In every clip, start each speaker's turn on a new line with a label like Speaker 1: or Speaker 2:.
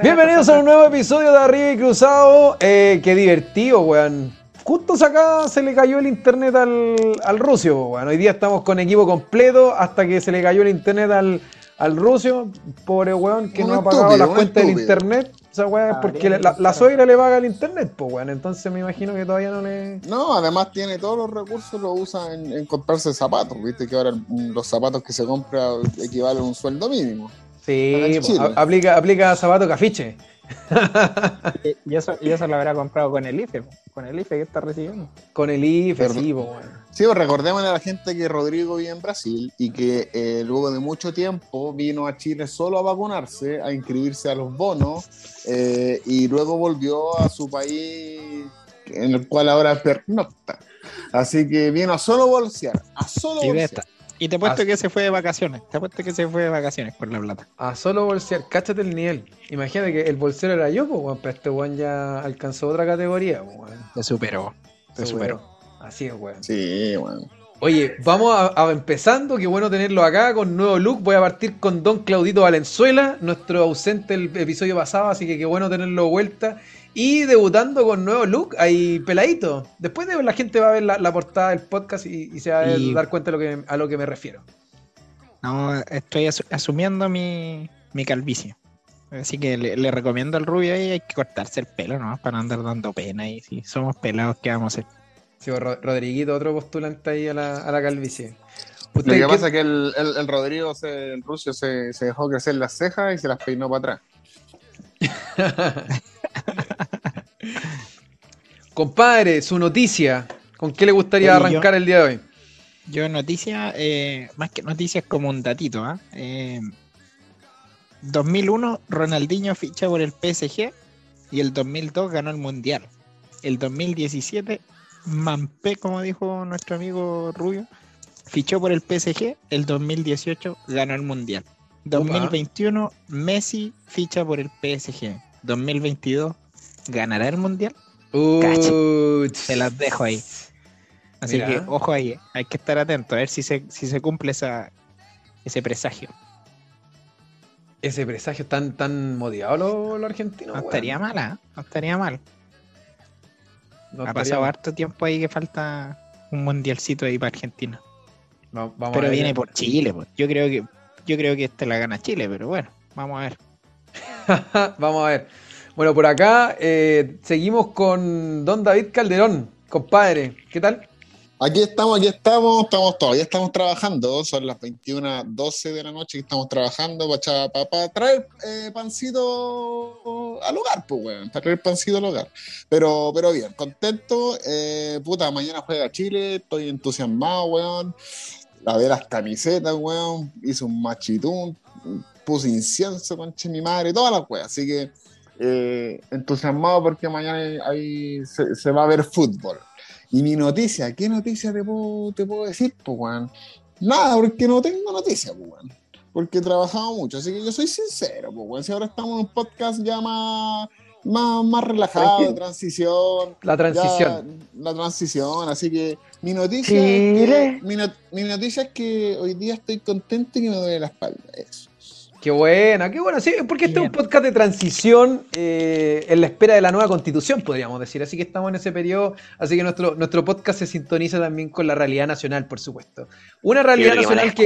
Speaker 1: Bienvenidos a un nuevo episodio de Arriba y Cruzado. Qué divertido, weón. Justo acá se le cayó el internet al Rusio, weón. Hoy día estamos con equipo completo hasta que se le cayó el internet al Rusio. Pobre weón que no ha pagado las cuentas del internet. O sea, weón, porque la suegra le paga el internet, pues, weón. Entonces me imagino que todavía no le...
Speaker 2: No, además tiene todos los recursos, lo usa en comprarse zapatos. Viste que ahora los zapatos que se compra equivalen a un sueldo mínimo.
Speaker 1: Sí, aplica zapato cafiche.
Speaker 3: y eso lo habrá comprado con el IFE, con el IFE que está recibiendo.
Speaker 1: Con el IFE, sí, pues, bueno.
Speaker 2: Sí, pues recordemos a la gente que Rodrigo vive en Brasil y que luego de mucho tiempo vino a Chile solo a vacunarse, a inscribirse a los bonos y luego volvió a su país en el cual ahora pernocta. Así que vino a solo bolsear, bolsear.
Speaker 3: Y te apuesto que se fue de vacaciones. Por la plata.
Speaker 1: A solo bolsear, cáchate el nivel. Imagínate que el bolsero era yo, pues, weón, pero este weón ya alcanzó otra categoría, pues, weón.
Speaker 3: Se superó.
Speaker 1: Así es, weón.
Speaker 2: Sí, weón.
Speaker 1: Oye, vamos a empezando, qué bueno tenerlo acá con nuevo look. Voy a partir con Don Claudito Valenzuela, nuestro ausente el episodio pasado, así que qué bueno tenerlo de vuelta. Y debutando con nuevo look, ahí peladito. Después de la gente va a ver la portada del podcast y se va a dar cuenta de a lo que me refiero.
Speaker 3: No, estoy asumiendo mi calvicie. Así que le recomiendo al rubio ahí, hay que cortarse el pelo, ¿no? Para no andar dando pena. Y si somos pelados, ¿qué vamos a hacer?
Speaker 1: Sí, Rodriguito, otro postulante ahí a la calvicie.
Speaker 2: Lo que pasa es que el Rodrigo, el ruso, se dejó crecer las cejas y se las peinó para atrás.
Speaker 1: Compadre, su noticia. ¿Con qué le gustaría arrancar el día de hoy?
Speaker 3: Yo noticia, más que noticias, como un datito. 2001, Ronaldinho ficha por el PSG y el 2002 ganó el Mundial. El 2017, Mampé, como dijo nuestro amigo Rubio, fichó por el PSG. El 2018 ganó el Mundial. 2021, Messi ficha por el PSG. 2022, ¿ganará el Mundial? Se las dejo ahí. Así que, ojo ahí, hay que estar atento a ver si se cumple ese presagio.
Speaker 1: Ese presagio tan motivado los argentinos.
Speaker 3: No estaría mal, No estaría mal. Ha pasado harto tiempo ahí que falta un mundialcito ahí para Argentina. Pero viene por Chile, pues. Yo creo que este la gana Chile, pero bueno, vamos a ver.
Speaker 1: Vamos a ver. Bueno, por acá seguimos con Don David Calderón, compadre. ¿Qué tal?
Speaker 2: Aquí estamos, todavía estamos trabajando. Son las 21:12 de la noche que estamos trabajando para traer pancito al hogar, pues, weón. Para traer pancito al hogar. Pero bien, contento. Mañana juega Chile, estoy entusiasmado, weón. A ver las camisetas, weón. Hice un machitún, puse incienso, conche mi madre, todas las weas. Así que entusiasmado porque mañana ahí se va a ver fútbol. Y mi noticia, ¿qué noticia te puedo decir, pues, weón? Nada, porque no tengo noticia, pues, weón. Porque he trabajado mucho, así que yo soy sincero, pues, weón. Si ahora estamos en un podcast ya más relajado, de transición.
Speaker 1: La
Speaker 2: transición, así que mi noticia es que hoy día estoy contento y que me duele la espalda, eso.
Speaker 1: Qué buena, sí, porque este es un podcast de transición en la espera de la nueva constitución, podríamos decir, así que estamos en ese periodo, así que nuestro podcast se sintoniza también con la realidad nacional, por supuesto. Una realidad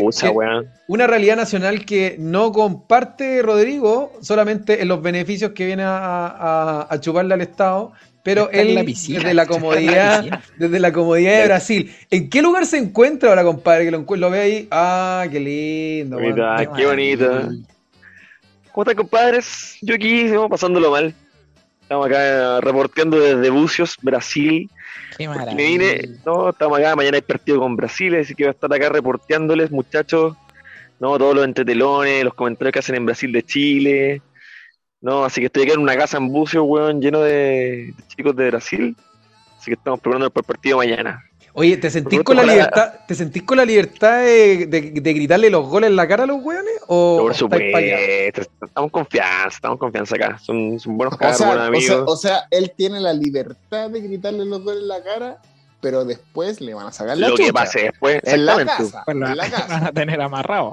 Speaker 1: nacional que no comparte Rodrigo, solamente en los beneficios que viene a chuparle al Estado, pero él desde la comodidad de Brasil. ¿En qué lugar se encuentra ahora, compadre? Que lo ve ahí. Ah, qué lindo.
Speaker 4: Qué bonito. ¿Cómo están, compadres? Yo aquí pasándolo mal. Estamos acá reporteando desde Bucios, Brasil.
Speaker 3: Qué maravilla.
Speaker 4: Estamos acá, mañana hay partido con Brasil, así que voy a estar acá reporteándoles, muchachos. Todos los entretelones, los comentarios que hacen en Brasil de Chile. Así que estoy acá en una casa en Bucios, weón, lleno de chicos de Brasil. Así que estamos preparando para el partido mañana.
Speaker 1: Oye, ¿te sentís con la libertad de gritarle los goles en la cara a los weones?
Speaker 4: Por supuesto, estamos confianza acá. Son buenos cabros, buenos amigos.
Speaker 2: O sea, él tiene la libertad de gritarle los goles en la cara, pero después le van a sacar la chucha.
Speaker 4: Lo que pase después,
Speaker 2: en la casa.
Speaker 3: Van a tener amarrado.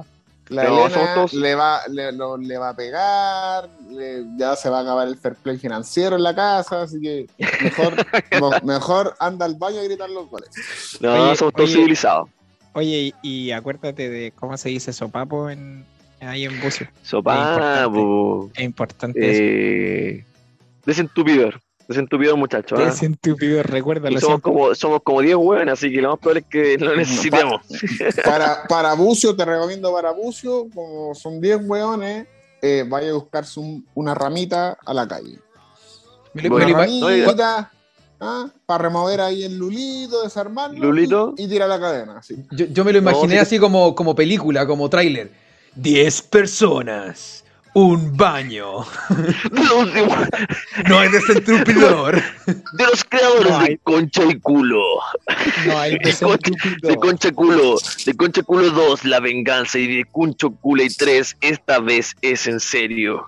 Speaker 2: La
Speaker 4: No,
Speaker 2: Elena
Speaker 4: somos todos-
Speaker 2: le va a pegar, ya se va a acabar el fair play financiero en la casa, así que mejor anda al baño a gritar los goles.
Speaker 4: No,
Speaker 3: Oye,
Speaker 4: somos todos
Speaker 3: oye.
Speaker 4: civilizados.
Speaker 3: Oye, y acuérdate de cómo se dice sopapo ahí en Bucio.
Speaker 4: Sopapo.
Speaker 3: Es importante eso.
Speaker 4: Desentupidor, muchachos. ¿Ah?
Speaker 3: Desentúpido, recuérdalo
Speaker 4: Y somos
Speaker 3: siempre.
Speaker 4: como 10 hueones, así que lo más probable es que lo necesitemos.
Speaker 2: Para Bucio, te recomiendo para Bucio, como son 10 hueones, vaya a buscarse una ramita a la calle.
Speaker 4: Bueno,
Speaker 2: Una
Speaker 4: no,
Speaker 2: ramita, para remover ahí el lulito, desarmarlo
Speaker 4: Lulito.
Speaker 2: y tirar la cadena. Así.
Speaker 1: Yo me lo imaginé
Speaker 4: sí.
Speaker 1: así como película, como tráiler. 10 personas, un baño. No hay desentupidor.
Speaker 4: De los creadores
Speaker 3: No
Speaker 4: de
Speaker 3: hay.
Speaker 4: Concha y Culo.
Speaker 3: No hay
Speaker 4: De Concha y Culo. De Concha y Culo 2, La Venganza. Y de Concho Culo y 3, esta vez es en serio.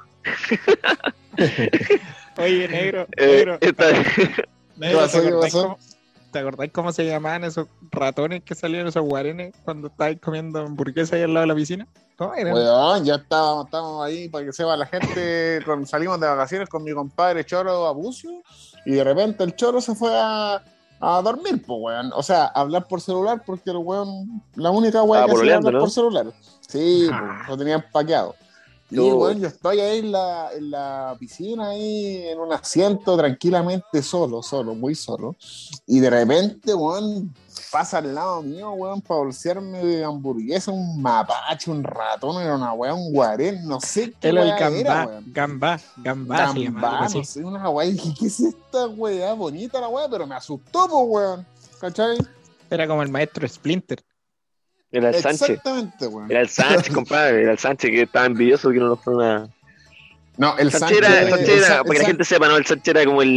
Speaker 3: Oye, negro, negro,
Speaker 4: Esta
Speaker 3: negro,
Speaker 2: pasó? ¿Qué pasó?
Speaker 3: ¿te acordás cómo se llamaban esos ratones que salían, esos guarenes, cuando estabas comiendo hamburguesa ahí al lado de la piscina? ¿Cómo eran?
Speaker 2: Weón, ya estábamos ahí para que sepa la gente. Cuando salimos de vacaciones con mi compadre Choro a Bucio, y de repente el Choro se fue a dormir, pues, weón. O sea, a hablar por celular, porque el weón, la única weón que hacía era
Speaker 4: pololeando,
Speaker 2: hablar
Speaker 4: ¿no?
Speaker 2: por celular. Sí,
Speaker 3: Ah.
Speaker 2: pues, lo tenían paqueado. Y,
Speaker 4: No.
Speaker 2: weón, yo estoy ahí en la piscina, ahí en un asiento, tranquilamente, solo, muy solo. Y de repente, weón, pasa al lado mío, weón, para bolsearme de hamburguesa, un mapache, un ratón, era una weón, un guarén, no sé qué
Speaker 3: Era el
Speaker 2: weá era,
Speaker 3: gambá,
Speaker 2: weón.
Speaker 3: gambá se llamaba, algo
Speaker 2: Gambá,
Speaker 3: así.
Speaker 2: no sé, una weá, dije, ¿qué es esta weá? Bonita la weá, pero me asustó, pues, weón, ¿cachai?
Speaker 3: Era como el maestro Splinter.
Speaker 4: era el Sánchez.
Speaker 2: Exactamente, weón.
Speaker 4: Era el Sánchez, compadre. Era el Sánchez que estaba envidioso que no nos fueron a.
Speaker 2: No, el
Speaker 4: Sánchez era,
Speaker 2: Sánchez,
Speaker 4: para que la gente sepa, ¿no? El Sánchez era como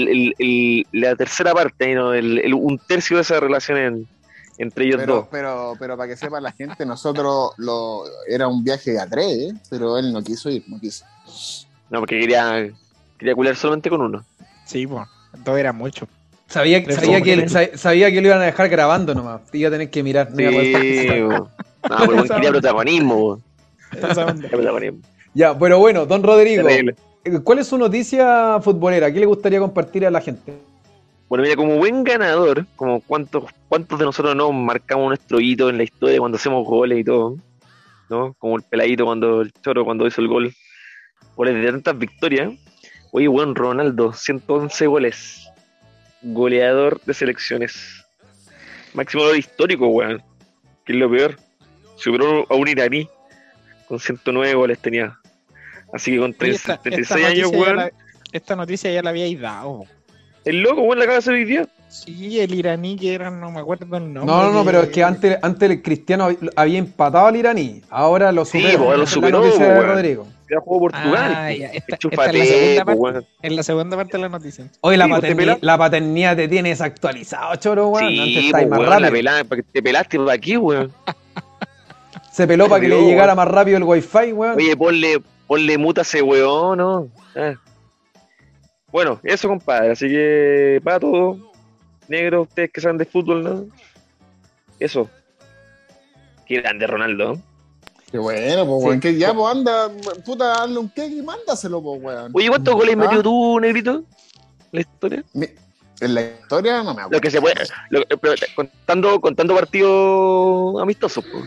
Speaker 4: la tercera parte, ¿no? Un tercio de esa relación entre ellos dos.
Speaker 2: pero para que sepa la gente, nosotros era un viaje de a tres, pero él no quiso ir, no quiso.
Speaker 4: No, porque quería culiar solamente con uno.
Speaker 3: Sí, pues, todo era mucho.
Speaker 1: Sabía que lo iban a dejar grabando nomás. Iba a tener que mirar. No iba a poder participar.
Speaker 4: bo. No, pero bueno, quería protagonismo. Bo.
Speaker 3: Esa onda.
Speaker 4: Quería protagonismo.
Speaker 1: Ya, pero bueno, don Rodrigo,
Speaker 4: Terrible.
Speaker 1: ¿cuál es su noticia futbolera? ¿Qué le gustaría compartir a la gente?
Speaker 4: Bueno, mira, como buen ganador, como cuántos de nosotros no marcamos nuestro hito en la historia cuando hacemos goles y todo, ¿no? Como el peladito el Choro cuando hizo el gol. Goles de tantas victorias. Oye, buen Ronaldo, 111 goles. Goleador de selecciones. Máximo gol histórico, weón. Que es lo peor. Superó a un iraní. Con 109 goles tenía. Así que con
Speaker 3: Oye, esta
Speaker 4: 36 años,
Speaker 3: noticia ya
Speaker 4: weón.
Speaker 3: esta noticia ya la habíais dado.
Speaker 4: El loco, weón, la acaba de hacer hoy día.
Speaker 3: Sí, el iraní que era, no me acuerdo el nombre.
Speaker 1: No, pero es que antes el Cristiano había empatado al iraní. Ahora lo
Speaker 4: Sí,
Speaker 1: superó.
Speaker 4: pues, lo
Speaker 1: Esa es
Speaker 4: superó,
Speaker 1: la noticia de
Speaker 4: weón.
Speaker 1: Rodrigo.
Speaker 4: Ya jugó Portugal.
Speaker 3: Ah,
Speaker 4: pues.
Speaker 3: ya, esta es la
Speaker 4: Enchúfate,
Speaker 3: segunda
Speaker 4: pues,
Speaker 3: parte.
Speaker 4: weón.
Speaker 3: En la segunda parte de la noticia.
Speaker 1: Hoy
Speaker 4: Sí, pues, te pelás.
Speaker 1: la paternidad te tienes desactualizado, Choro, weón. Antes
Speaker 4: Sí,
Speaker 1: estáis
Speaker 4: pues,
Speaker 1: más
Speaker 4: weón,
Speaker 1: rápido.
Speaker 4: para que te pelaste para aquí, weón.
Speaker 1: Se peló para que le
Speaker 4: Dios,
Speaker 1: llegara
Speaker 4: weón.
Speaker 1: más rápido el wifi, weón.
Speaker 4: Oye, ponle muta a ese weón, ¿no? Ah. Bueno, eso, compadre. Así que, para todo, negro, ustedes que saben de fútbol, ¿no? Eso. Qué grande Ronaldo. ¿No?
Speaker 2: Qué bueno, pues,
Speaker 1: Sí.
Speaker 2: weón, que ya, pues, anda, puta, dale un cake y mándaselo, pues, weón.
Speaker 4: Oye, ¿cuántos goles
Speaker 2: Ah.
Speaker 4: metió tú, negrito? ¿En la historia?
Speaker 2: En la historia no me acuerdo.
Speaker 4: Lo que se puede. Pero contando partidos amistosos, pues.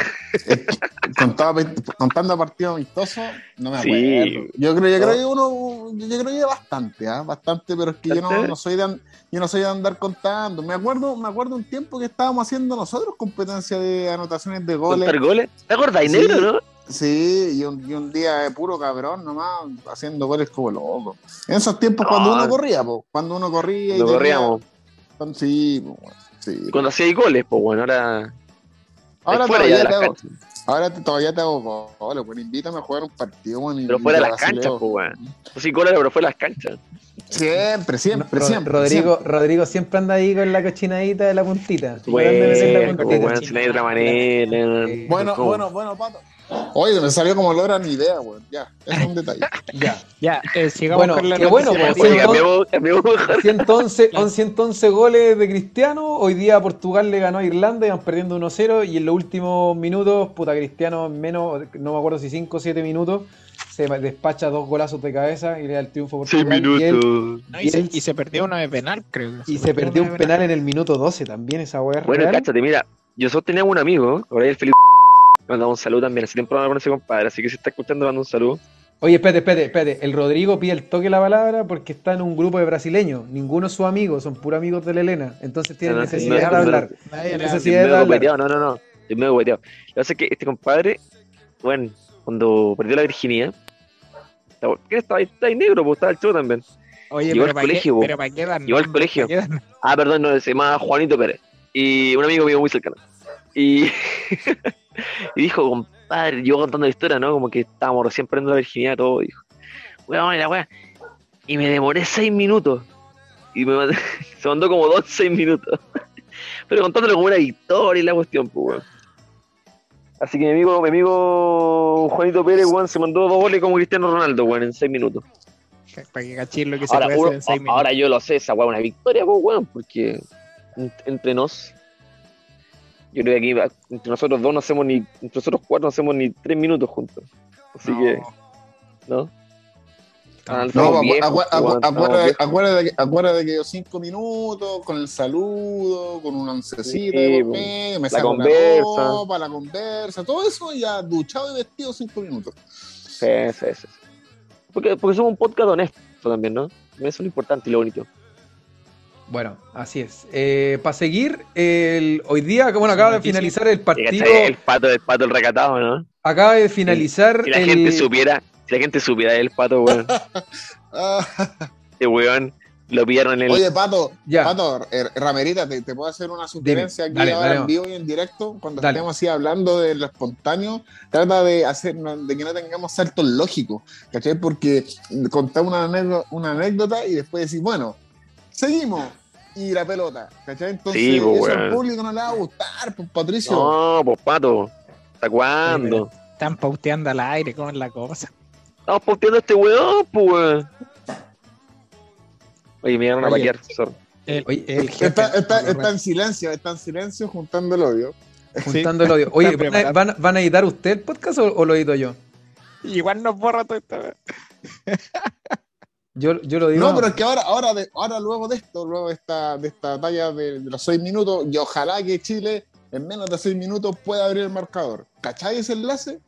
Speaker 2: Contando partidos amistosos, no me
Speaker 4: Sí.
Speaker 2: acuerdo. Yo creo que bastante, bastante, pero es que yo no soy de andar contando. Me acuerdo un tiempo que estábamos haciendo nosotros competencia de anotaciones de goles.
Speaker 4: ¿Contar goles? ¿Te acordás,
Speaker 2: Sí.
Speaker 4: negro, no?
Speaker 2: Sí, y un día de puro cabrón nomás, haciendo goles como loco. En esos tiempos
Speaker 4: No.
Speaker 2: cuando uno corría, cuando uno corría y
Speaker 4: Lo
Speaker 2: tenía-
Speaker 4: corríamos.
Speaker 2: Sí, po, weón, sí.
Speaker 4: Cuando hacía goles, pues bueno,
Speaker 2: Ahora
Speaker 4: fuera ya de las
Speaker 2: todavía
Speaker 4: canchas.
Speaker 2: todavía te hago goles, bueno, invítame a jugar un partido, bueno,
Speaker 4: Pero fuera de las canchas, pues bueno. Pues sí, goles, pero fuera de las canchas.
Speaker 2: Siempre, siempre, siempre.
Speaker 1: Rodrigo siempre anda ahí con la cochinadita de la puntita.
Speaker 4: Bueno,
Speaker 1: Tratando de meter la puntita.
Speaker 4: bueno, si no hay otra manera.
Speaker 2: Bueno, Pato. Oye, me salió como logran ni idea, weón. Ya, es un detalle.
Speaker 3: Ya, sigamos
Speaker 1: Bueno,
Speaker 3: con la
Speaker 1: qué bueno,
Speaker 3: noticia.
Speaker 1: pues,
Speaker 4: Oye, cambiamos.
Speaker 1: 111 goles de Cristiano. Hoy día Portugal le ganó a Irlanda, iban perdiendo 1-0 y en los últimos minutos, puta, Cristiano en menos, no me acuerdo si 5 o 7 minutos, se despacha 2 golazos de cabeza y le da el triunfo a Portugal.
Speaker 4: 6 minutos.
Speaker 3: No, y se perdió uno de penal, creo.
Speaker 1: Y se perdió un penal en el minuto 12 también, esa weá.
Speaker 4: Bueno,
Speaker 1: real.
Speaker 4: cáchate, mira, nosotros teníamos un amigo, por ahí el Felipe, me mandaba un saludo también, hace tiempo no me conoce compadre, así que si está escuchando, mando un saludo.
Speaker 1: Oye, espérate. El Rodrigo pide el toque de la palabra porque está en un grupo de brasileños. Ninguno es su amigo, son puros amigos de la Elena. Entonces tiene necesidad de hablar. Necesidad de hablar.
Speaker 4: No, estoy medio guateado. Lo que pasa es que este compadre, bueno, cuando perdió la virginidad, ¿qué estaba ahí negro? Pues estaba el chulo también.
Speaker 3: Oye,
Speaker 4: Llegó
Speaker 3: pero
Speaker 4: al
Speaker 3: ¿para
Speaker 4: colegio,
Speaker 3: qué? Pero ¿para qué dan?
Speaker 4: Llegó al colegio.
Speaker 3: ¿Para qué dan?
Speaker 4: Ah, perdón, no, se llama Juanito Pérez. Y un amigo mío muy cercano. Y, y dijo, compadre, yo contando la historia, ¿no? Como que estábamos recién perdiendo la virginidad, todo. Dijo, weón, la weá. Y me demoré 6 minutos. Y se mandó como 6 minutos. Pero contándolo como una victoria y la cuestión, pues, weón. Así que mi amigo Juanito Pérez, weón, se mandó 2 goles como Cristiano Ronaldo, weón, en 6 minutos.
Speaker 3: Para que cachis lo que se
Speaker 4: Ahora,
Speaker 3: puede hacer en 6 minutos.
Speaker 4: ahora yo lo sé, esa weón, una victoria, pues, weón, porque entre nos, yo creo que aquí entre nosotros dos no hacemos ni, entre nosotros 4 no hacemos ni 3 minutos juntos. Así que, ¿no?
Speaker 2: No, acuérdate que yo 5 minutos con el saludo, con una oncecita,
Speaker 4: Sí,
Speaker 2: me saco la conversa, todo eso ya duchado y vestido 5 minutos.
Speaker 4: Sí. Porque somos un podcast honesto también, ¿no? Eso es lo importante y lo bonito.
Speaker 1: Bueno, así es. Para seguir, hoy día, bueno, acaba de finalizar el partido.
Speaker 4: El pato el recatado, ¿no?
Speaker 1: Acaba de finalizar
Speaker 4: Si la gente supiera el pato, weón. Este weón lo pillaron en el.
Speaker 2: Oye, Pato,
Speaker 1: Ya.
Speaker 2: Ramerita, ¿te puedo hacer una sugerencia aquí
Speaker 1: Dale,
Speaker 2: ahora
Speaker 1: dale.
Speaker 2: en vivo y en directo? Cuando
Speaker 1: Dale.
Speaker 2: estemos así hablando de lo espontáneo, trata de que no tengamos saltos lógicos, ¿cachai? Porque contar una anécdota y después decir, bueno, seguimos. Y la pelota, ¿cachai? Entonces,
Speaker 4: Sí, pues,
Speaker 2: eso
Speaker 4: weón.
Speaker 2: al público no le va a gustar, pues, Patricio.
Speaker 4: No, pues pato. ¿Hasta cuándo?
Speaker 3: Están pauteando al aire, ¿cómo es la cosa?
Speaker 4: Estamos posteando a este weón, pues weón. Oye, me llegaron a
Speaker 3: Oye.
Speaker 4: paquear, sorry.
Speaker 1: Oye,
Speaker 3: El jefe.
Speaker 2: Está en silencio juntando el odio.
Speaker 1: juntando el odio. Oye,
Speaker 3: Está preparado.
Speaker 1: ¿van a editar usted el podcast o lo edito yo?
Speaker 3: Igual nos borra todo esta vez.
Speaker 1: Yo lo digo.
Speaker 2: No, pero es que ahora luego de esto, luego de esta talla de los 6 minutos, y ojalá que Chile en menos de 6 minutos pueda abrir el marcador. ¿Cachai ese enlace?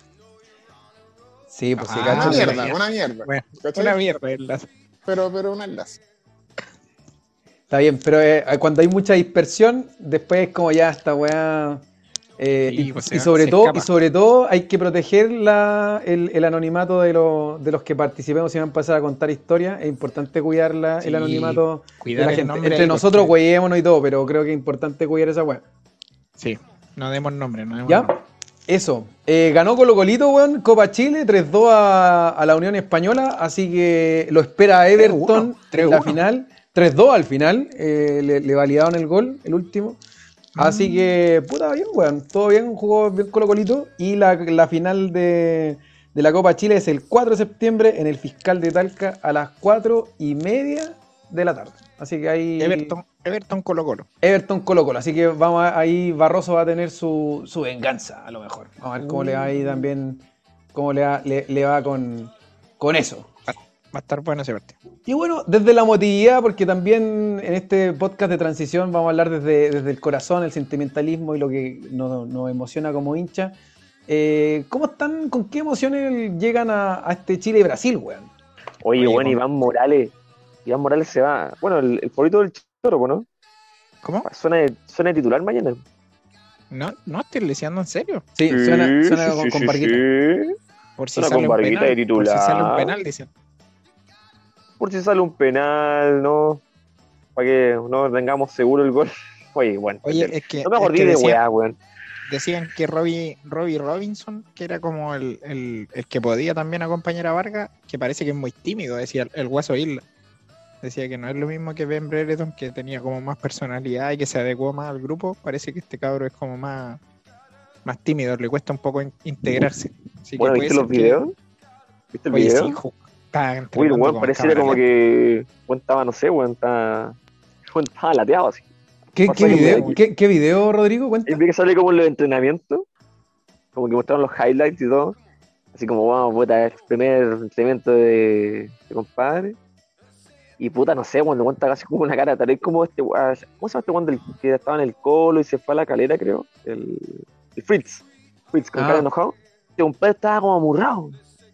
Speaker 1: Sí, pues sí,
Speaker 3: Ah,
Speaker 1: cacho.
Speaker 2: Una mierda.
Speaker 3: Bueno,
Speaker 2: ¿Cachai?
Speaker 3: una mierda.
Speaker 2: Pero un enlace.
Speaker 1: Está bien, pero cuando hay mucha dispersión, después es como ya esta weá.
Speaker 3: Sí, pues
Speaker 1: y
Speaker 3: se
Speaker 1: sobre
Speaker 3: escapa.
Speaker 1: todo hay que proteger el anonimato de los que participemos si van a empezar a contar historias. Es importante cuidar el
Speaker 3: Sí,
Speaker 1: anonimato de
Speaker 3: cuidar
Speaker 1: la
Speaker 3: el
Speaker 1: gente.
Speaker 3: nombre
Speaker 1: Entre
Speaker 3: ahí,
Speaker 1: nosotros
Speaker 3: porque-
Speaker 1: güeyémonos y todo, pero creo que es importante cuidar esa weá.
Speaker 3: Sí, no demos nombre, no demos
Speaker 1: ¿Ya?
Speaker 3: nombre.
Speaker 1: Eso. Ganó Colo Colito, weón, Copa Chile, 3-2 a la Unión Española, así que lo espera Everton
Speaker 3: 3-1,
Speaker 1: en la final. 3-2 al final, le validaron el gol, el último. Así que, puta, bien, weón, todo bien, jugó bien Colo Colito. Y la final de la Copa Chile es el 4 de septiembre en el Fiscal de Talca a las 4:30 de la tarde. Así que ahí...
Speaker 3: Everton Colo Colo.
Speaker 1: Everton Colo Colo, así que ahí Barroso va a tener su venganza, a lo mejor. Vamos a ver cómo le va ahí también, cómo le va con eso.
Speaker 3: Va a estar bueno ese partido.
Speaker 1: Y bueno, desde la emotividad, porque también en este podcast de transición vamos a hablar desde el corazón, el sentimentalismo y lo que nos emociona como hincha. ¿Cómo están, con qué emociones llegan a este Chile-Brasil, weón?
Speaker 4: Oye,
Speaker 3: Oye,
Speaker 4: bueno, Iván Morales se va. Bueno, el favorito del Choro, ¿no?
Speaker 3: ¿Cómo?
Speaker 4: Suena de titular mañana.
Speaker 3: No estoy leseando en serio.
Speaker 1: Sí, suena con Barquita.
Speaker 4: Sí.
Speaker 3: Por si
Speaker 4: Suena
Speaker 3: sale
Speaker 4: con
Speaker 3: un
Speaker 4: Barguita
Speaker 3: penal.
Speaker 4: de titular.
Speaker 3: Por si sale un penal, dicen.
Speaker 4: Por si sale un penal, ¿no? Para que no tengamos seguro el gol. Oye, bueno.
Speaker 3: Oye, es que,
Speaker 4: no me
Speaker 3: es
Speaker 4: acordé
Speaker 3: que
Speaker 4: de weá, weón.
Speaker 3: decían que Robbie Robinson, que era como el que podía también acompañar a Vargas, que parece que es muy tímido, decía el Guaso Isla. Decía que no es lo mismo que Ben Brereton, que tenía como más personalidad y que se adecuó más al grupo. Parece que este cabro es como más tímido, le cuesta un poco integrarse. Así
Speaker 4: Bueno,
Speaker 3: que puede
Speaker 4: ¿viste los
Speaker 3: ser que.
Speaker 4: videos? ¿Viste el
Speaker 3: Oye,
Speaker 4: video?
Speaker 3: sí, estaba
Speaker 4: Uy, el
Speaker 3: entrenando
Speaker 4: weón
Speaker 3: con
Speaker 4: pareciera
Speaker 3: cámara
Speaker 4: como
Speaker 3: lenta.
Speaker 4: que weón estaba, no sé, weón estaba lateado así.
Speaker 1: ¿Qué
Speaker 4: Pasa que
Speaker 1: video?
Speaker 3: muy-
Speaker 1: ¿Qué video, Rodrigo?
Speaker 4: y
Speaker 1: Cuenta.
Speaker 4: vi que sale como en los entrenamientos, como que mostraron los highlights y todo. Así como, vamos, puta, el primer entrenamiento de compadre. Y puta, no sé, cuando cuenta casi como una cara, tal vez como este, ¿cómo se llama este weón que estaba en el Colo y se fue a la calera, creo? El Fritz. Fritz, con cara
Speaker 1: Ah,
Speaker 4: enojado. Este compadre estaba como amurrado.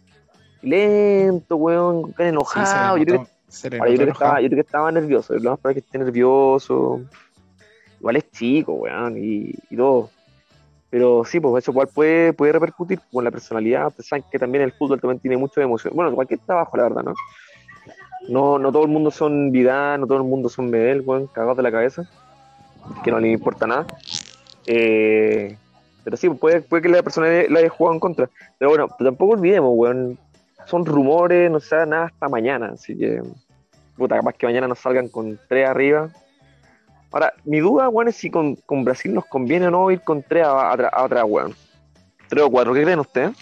Speaker 4: Lento, weón, con cara
Speaker 3: Sí, se le
Speaker 4: enojado.
Speaker 3: notó. Se le
Speaker 4: Ahora, yo
Speaker 3: notó
Speaker 4: creo que estaba,
Speaker 3: enojado.
Speaker 4: yo creo que estaba nervioso. Lo más probable es que esté nervioso. Igual es chico, weón, y todo. Pero sí, pues eso igual puede repercutir con la personalidad. Ustedes saben que también el fútbol también tiene mucha emoción. Bueno, cualquier trabajo, la verdad, ¿no? No todo el mundo son Vidal, no todo el mundo son Medel, weón, cagados de la cabeza, que no les importa nada. Eh, pero sí, puede que la persona la haya jugado en contra. Pero bueno, tampoco olvidemos, weón, son rumores, no se sabe nada hasta mañana. Así que, puta, capaz que mañana nos salgan con 3 arriba. Ahora, mi duda, weón, es si con Brasil nos conviene o no ir con 3 a atrás, weón. 3 o 4, ¿qué creen ustedes?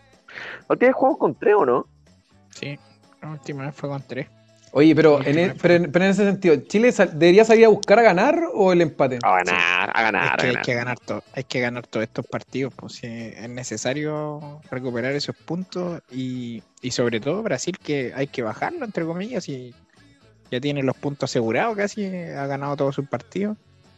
Speaker 4: ¿A ustedes jugamos con 3 o no?
Speaker 3: Sí, la última vez fue con 3.
Speaker 1: oye,
Speaker 3: La
Speaker 1: pero
Speaker 3: última vez fue
Speaker 1: pero en ese sentido, ¿Chile debería salir a buscar a ganar o el empate?
Speaker 4: A ganar, a
Speaker 3: Es
Speaker 4: ganar,
Speaker 3: que
Speaker 4: a
Speaker 3: hay
Speaker 4: ganar.
Speaker 3: que ganar todo, hay que ganar todos estos partidos, pues si es necesario recuperar esos puntos y sobre todo Brasil, que hay que bajarlo entre comillas, y ya tiene los puntos asegurados, casi ha ganado todos sus partidos.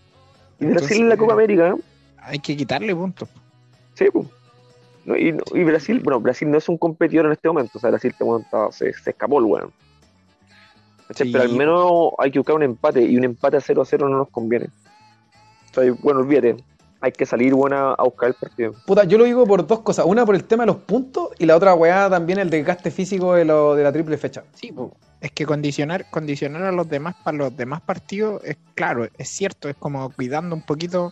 Speaker 4: Y Brasil
Speaker 3: Entonces
Speaker 4: en la Copa América, ¿eh?
Speaker 3: hay que quitarle puntos.
Speaker 4: Sí, pues. No, y Brasil, bueno, Brasil no es un competidor en este momento, o sea, Brasil se escapó el weón. ¿Cachai? Pero al
Speaker 3: Sí,
Speaker 4: menos hay que buscar un empate, y un empate a 0-0 no nos conviene. O sea, bueno, olvídate, hay que salir bueno, a buscar el partido.
Speaker 1: Puta, yo lo digo por dos cosas. Una por el tema de los puntos y la otra weá también el desgaste físico de la triple fecha.
Speaker 3: sí, po. Es que condicionar a los demás para los demás partidos es claro, es cierto, es como cuidando un poquito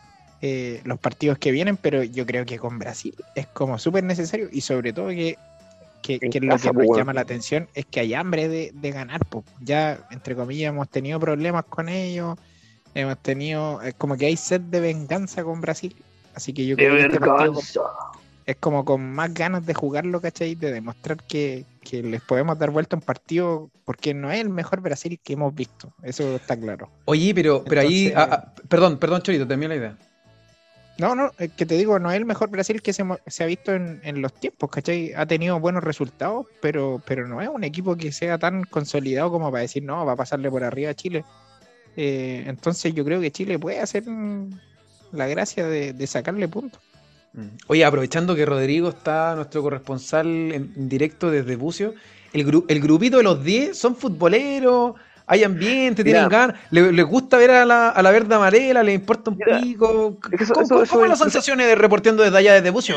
Speaker 3: los partidos que vienen, pero yo creo que con Brasil es como súper necesario y sobre todo que
Speaker 4: En
Speaker 3: lo
Speaker 4: casa,
Speaker 3: que
Speaker 4: pues,
Speaker 3: nos
Speaker 4: weón.
Speaker 3: llama la atención es que hay hambre de ganar. Po. Ya, entre comillas, hemos tenido problemas con ellos, hemos tenido, como que hay sed de venganza con Brasil, así que yo
Speaker 4: De
Speaker 3: creo que este partido
Speaker 4: vergüenza.
Speaker 3: es como con más ganas de jugarlo, ¿cachai? De demostrar que les podemos dar vuelta a un partido, porque no es el mejor Brasil que hemos visto, eso está claro.
Speaker 1: Oye, pero ahí.
Speaker 3: Entonces,
Speaker 1: Perdón, Chorito, termina la idea.
Speaker 3: no, es que te digo, no es el mejor Brasil que se ha visto en los tiempos, ¿cachai? Ha tenido buenos resultados, pero no es un equipo que sea tan consolidado como para decir, no, va a pasarle por arriba a Chile. Entonces yo creo que Chile puede hacer la gracia de sacarle puntos.
Speaker 1: Oye, aprovechando que Rodrigo está, nuestro corresponsal en directo desde Bucio, el grupito de los 10 son futboleros, hay ambiente,
Speaker 4: Mira.
Speaker 1: tienen ganas, les gusta ver a la verde amarela, les importa un
Speaker 4: Mira,
Speaker 1: pico.
Speaker 4: es que
Speaker 1: ¿Cómo
Speaker 4: eso
Speaker 1: son las
Speaker 4: es-
Speaker 1: sensaciones de reporteando desde allá, desde Bucio?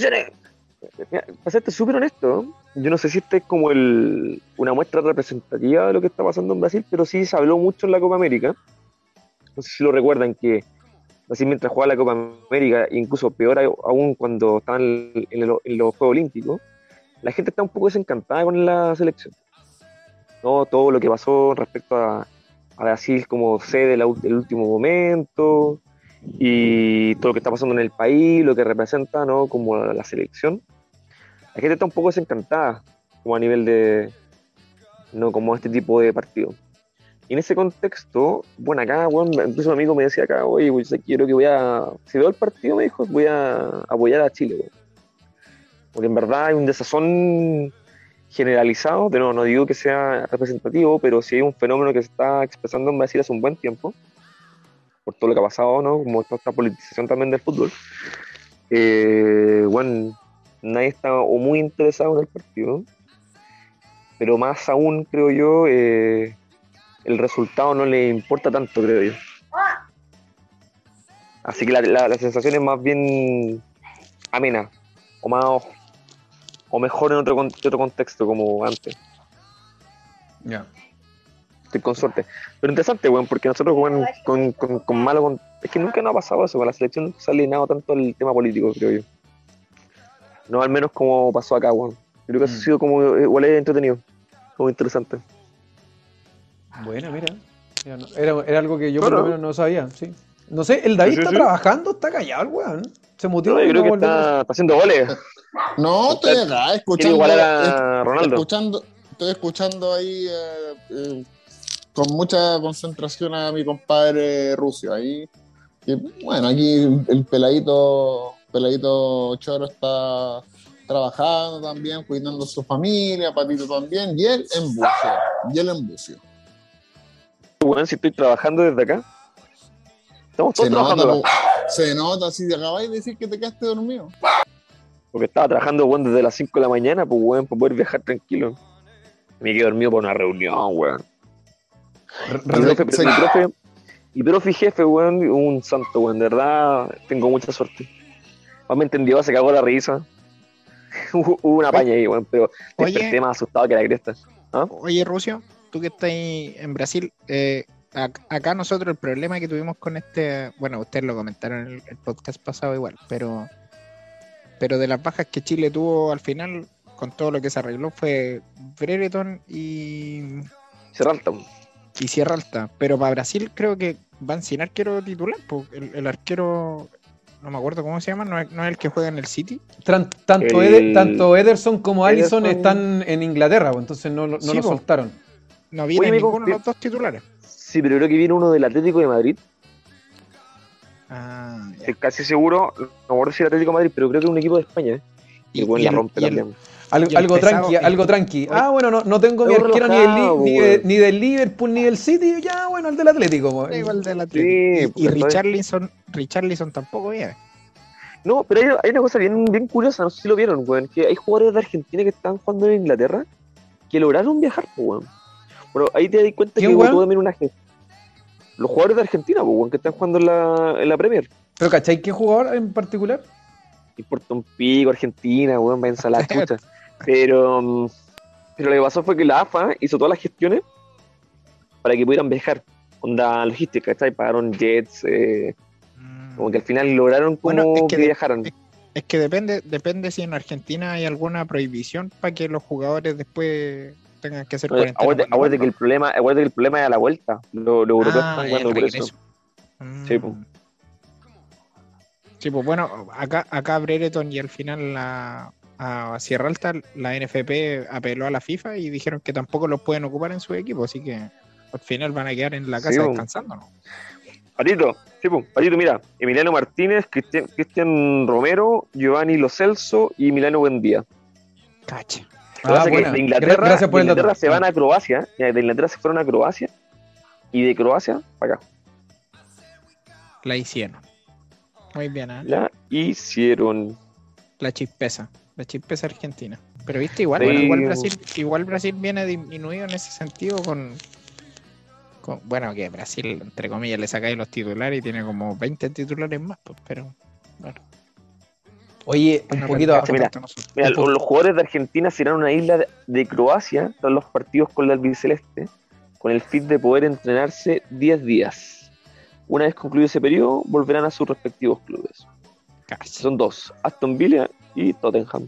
Speaker 4: Mira, para serte súper honesto, yo no sé si este es como una muestra representativa de lo que está pasando en Brasil, pero sí se habló mucho en la Copa América. No sé si lo recuerdan que Brasil mientras jugaba la Copa América, incluso peor aún cuando estaban en los Juegos Olímpicos, la gente está un poco desencantada con la selección. ¿No? Todo lo que pasó respecto a Brasil como sede del último momento y todo lo que está pasando en el país, lo que representa, ¿no? Como la selección. La gente está un poco desencantada como a nivel de, no como este tipo de partido. Y en ese contexto, bueno, acá, bueno, incluso un amigo me decía acá, oye, pues, quiero que si veo el partido, me dijo, voy a apoyar a Chile, güey. Porque en verdad hay un desazón generalizado, no digo que sea representativo, pero sí hay un fenómeno que se está expresando en Brasil hace un buen tiempo, por todo lo que ha pasado, ¿no? Como toda esta politización también del fútbol. Bueno, nadie está o muy interesado en el partido, pero más aún, creo yo, el resultado no le importa tanto, creo yo. Así que la sensación es más bien amena, o mejor en otro contexto, como antes.
Speaker 1: Ya.
Speaker 4: Estoy con suerte. Pero interesante, weón, porque nosotros, weón, con malo... Es que nunca nos ha pasado eso, con la selección nunca se ha alineado tanto el tema político, creo yo. No al menos como pasó acá, weón. Creo que eso ha sido como... igual es entretenido, como interesante.
Speaker 1: Buena, mira. Era algo que yo por
Speaker 4: Claro.
Speaker 1: lo menos no sabía, sí. No sé, el David
Speaker 4: Sí,
Speaker 1: está
Speaker 4: sí.
Speaker 1: trabajando, está callado el weón. Se mutió
Speaker 4: No, yo
Speaker 1: y
Speaker 4: creo
Speaker 1: no
Speaker 4: que
Speaker 1: volvió.
Speaker 4: está haciendo goles.
Speaker 2: No, estoy
Speaker 4: Está-
Speaker 2: acá
Speaker 4: Quiere igualar a Ronaldo.
Speaker 2: estoy escuchando ahí con mucha concentración a mi compadre Rusio ahí. Y, bueno, aquí el peladito Choro está trabajando también, cuidando a su familia, Patito también, y él en bucio.
Speaker 4: Weón, si estoy trabajando desde acá. Estamos todos
Speaker 2: Se nota,
Speaker 4: trabajando acá.
Speaker 2: se nota, si te acabáis de decir que te quedaste dormido.
Speaker 4: Porque estaba trabajando, weón, desde las 5 de la mañana, pues, weón, para poder viajar tranquilo. Me quedé dormido por una reunión, weón. Mi profe jefe, weón, un santo, weón, de verdad, tengo mucha suerte. Más me entendió, se cagó la risa. Hubo una paña ahí, weón, pero
Speaker 3: Oye.
Speaker 4: desperté más asustado que la cresta. ¿Ah?
Speaker 3: Oye, Rucio, tú que estás ahí en Brasil, acá nosotros el problema que tuvimos con bueno, ustedes lo comentaron en el podcast pasado igual, pero de las bajas que Chile tuvo al final, con todo lo que se arregló, fue Brereton y
Speaker 4: Cerralta,
Speaker 3: Sierra Alta. Pero para Brasil creo que van sin arquero titular, pues el arquero, no me acuerdo cómo se llama, no es el que juega en el City.
Speaker 1: Tanto Ederson como Alisson
Speaker 4: Ederson.
Speaker 1: están en Inglaterra, pues, entonces no
Speaker 3: Sí,
Speaker 1: lo
Speaker 3: po.
Speaker 1: soltaron.
Speaker 3: No viene
Speaker 4: Oye,
Speaker 3: ninguno de los dos titulares.
Speaker 4: Sí, pero creo que viene uno del Atlético de Madrid.
Speaker 3: Ah, ya.
Speaker 4: Estoy casi seguro, no me acuerdo si era Atlético de Madrid, pero creo que es un equipo de España. Y el weón la rompe también.
Speaker 1: Algo
Speaker 3: pesado,
Speaker 1: algo tranqui. Ah, bueno, no tengo mi
Speaker 4: Algo
Speaker 1: arquero
Speaker 4: relajado, weón.
Speaker 1: ni del Liverpool ni del City, ya, bueno, el del Atlético. Po.
Speaker 3: Igual del
Speaker 4: Sí,
Speaker 3: Atlético. Y
Speaker 4: porque
Speaker 3: Richarlison tampoco viene.
Speaker 4: No, pero hay una cosa bien curiosa, no sé si lo vieron, weón, que hay jugadores de Argentina que están jugando en Inglaterra que lograron viajar, pues, weón. Bueno, ahí te das cuenta que
Speaker 1: ¿Quién, weón?
Speaker 4: tú también una gente. Los jugadores de Argentina, pues, weón, que están jugando en la Premier.
Speaker 1: Pero ¿cachai qué jugador en particular?
Speaker 4: Importa un pico, Argentina, weón, váyanse a la chucha. Pero lo que pasó fue que la AFA hizo todas las gestiones para que pudieran viajar. Onda logística, ¿cachai? Pagaron jets, como que al final lograron como
Speaker 3: Bueno, es
Speaker 4: que
Speaker 3: que
Speaker 4: viajaran.
Speaker 3: Es que depende si en Argentina hay alguna prohibición para que los jugadores después tengan que hacer cuarentena.
Speaker 4: Acuérdate que el problema es a la vuelta. Los europeos están jugando por eso. Sí, pues.
Speaker 3: Sí, pues bueno, acá Brereton y al final a Sierra Alta, la NFP apeló a la FIFA y dijeron que tampoco los pueden ocupar en su equipo, así que al final van a quedar en la casa
Speaker 4: Sí,
Speaker 3: descansando, ¿no?
Speaker 4: Patito, sí, pues, Patito, mira, Emiliano Martínez, Cristian Romero, Giovanni Lo Celso y Milano Buendía.
Speaker 3: Cacha.
Speaker 4: Lo que pasa es que de Inglaterra,
Speaker 1: Gracias por
Speaker 4: de
Speaker 1: el dato.
Speaker 4: Inglaterra se van a Croacia, de Inglaterra se fueron a Croacia y de Croacia para acá.
Speaker 3: La hicieron. Muy bien, ¿eh?
Speaker 4: La hicieron.
Speaker 3: La chispeza argentina. Pero viste, igual,
Speaker 4: Sí.
Speaker 3: igual Brasil viene disminuido en ese sentido con bueno, que Brasil, entre comillas, le sacáis los titulares y tiene como 20 titulares más, pues, pero bueno.
Speaker 1: Oye, un poquito abajo.
Speaker 4: Mira, los jugadores de Argentina se irán a una isla de Croacia tras los partidos con la albiceleste, con el fin de poder entrenarse 10 días. Una vez concluido ese periodo, volverán a sus respectivos clubes.
Speaker 3: Casi.
Speaker 4: Son dos, Aston Villa y Tottenham.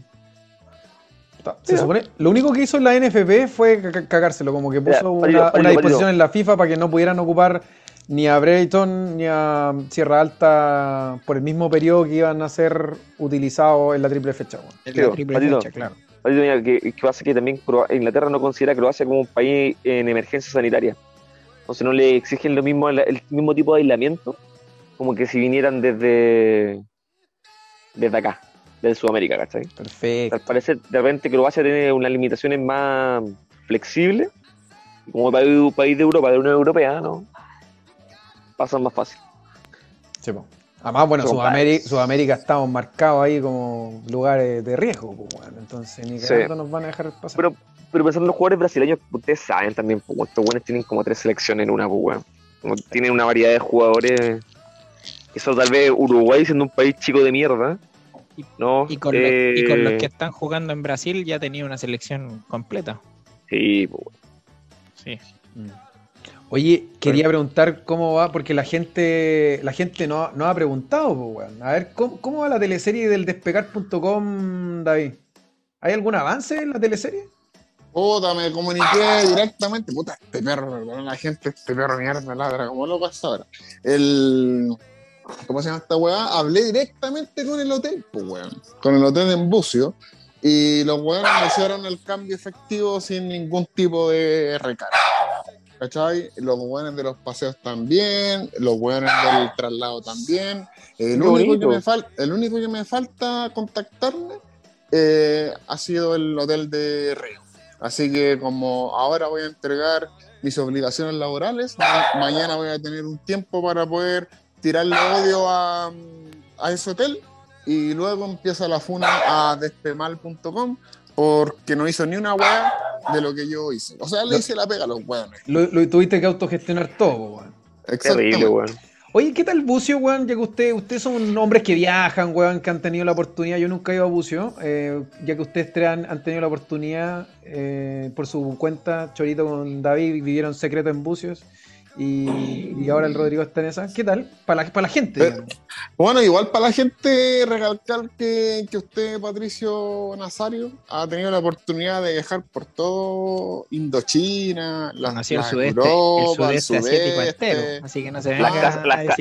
Speaker 1: Se supone, lo único que hizo la NFP fue cagárselo, como que puso una disposición en la FIFA para que no pudieran ocupar ni a Brereton ni a Sierra Alta por el mismo periodo que iban a ser utilizados en la triple fecha. Bueno.
Speaker 3: En la triple fecha, claro.
Speaker 4: Mira, que pasa que también Inglaterra no considera a Croacia como un país en emergencia sanitaria. Entonces no le exigen lo mismo, el mismo tipo de aislamiento como que si vinieran desde acá, desde Sudamérica, ¿cachai?
Speaker 1: Perfecto.
Speaker 4: Al parecer, de repente Croacia tiene unas limitaciones más flexibles, como país de Europa, de la Unión Europea, ¿no? Pasan más fácil.
Speaker 1: Sí, po. Además, bueno, Sudamérica estamos marcados ahí como lugares de riesgo, pues, bueno, entonces ni cagando nos van a dejar pasar.
Speaker 4: Pero pensando en los jugadores brasileños, ustedes saben también, pues, estos buenos tienen como 3 selecciones en una, pues, bueno. Como tienen una variedad de jugadores. Eso tal vez Uruguay, siendo un país chico de mierda, ¿no?
Speaker 3: Y con los que están jugando en Brasil ya tenía una selección completa.
Speaker 4: Sí, pues, bueno.
Speaker 3: Sí.
Speaker 1: Oye, quería preguntar cómo va, porque la gente no ha preguntado, pues, weón. A ver, ¿cómo va la teleserie del despegar.com, David? ¿Hay algún avance en la teleserie?
Speaker 2: Puta, me comuniqué directamente. Puta, este perro, perdón la gente, este perro mierda me ladra como loco hasta ahora. ¿Cómo se llama esta weá? Hablé directamente con el hotel, pues weón. Con el hotel en Bucio. Y los weones me hicieron el cambio efectivo sin ningún tipo de recarga. ¿Cachai? Los weones de los paseos también, los weones del traslado también. El único que me falta contactarme ha sido el hotel de Río. Así que como ahora voy a entregar mis obligaciones laborales, mañana voy a tener un tiempo para poder tirarle odio a ese hotel y luego empieza la funa a despemal.com porque no hizo ni una weá de lo que yo hice. O sea, le hice la pega a los weones.
Speaker 1: Lo tuviste que autogestionar todo, weón.
Speaker 4: Terrible, weón.
Speaker 1: Oye, ¿qué tal Bucio, weón? Ya que ustedes son hombres que viajan, weón, que han tenido la oportunidad. Yo nunca he ido a Bucio, ya que ustedes tres han tenido la oportunidad por su cuenta, Chorito con David, vivieron secreto en Bucios. Y ahora el Rodrigo está en esa. ¿Qué tal? Para la gente.
Speaker 2: Bueno, igual para la gente recalcar que usted, Patricio Nazario, ha tenido la oportunidad de viajar por todo Indochina,
Speaker 3: el sudeste asiático entero. Así que no se venga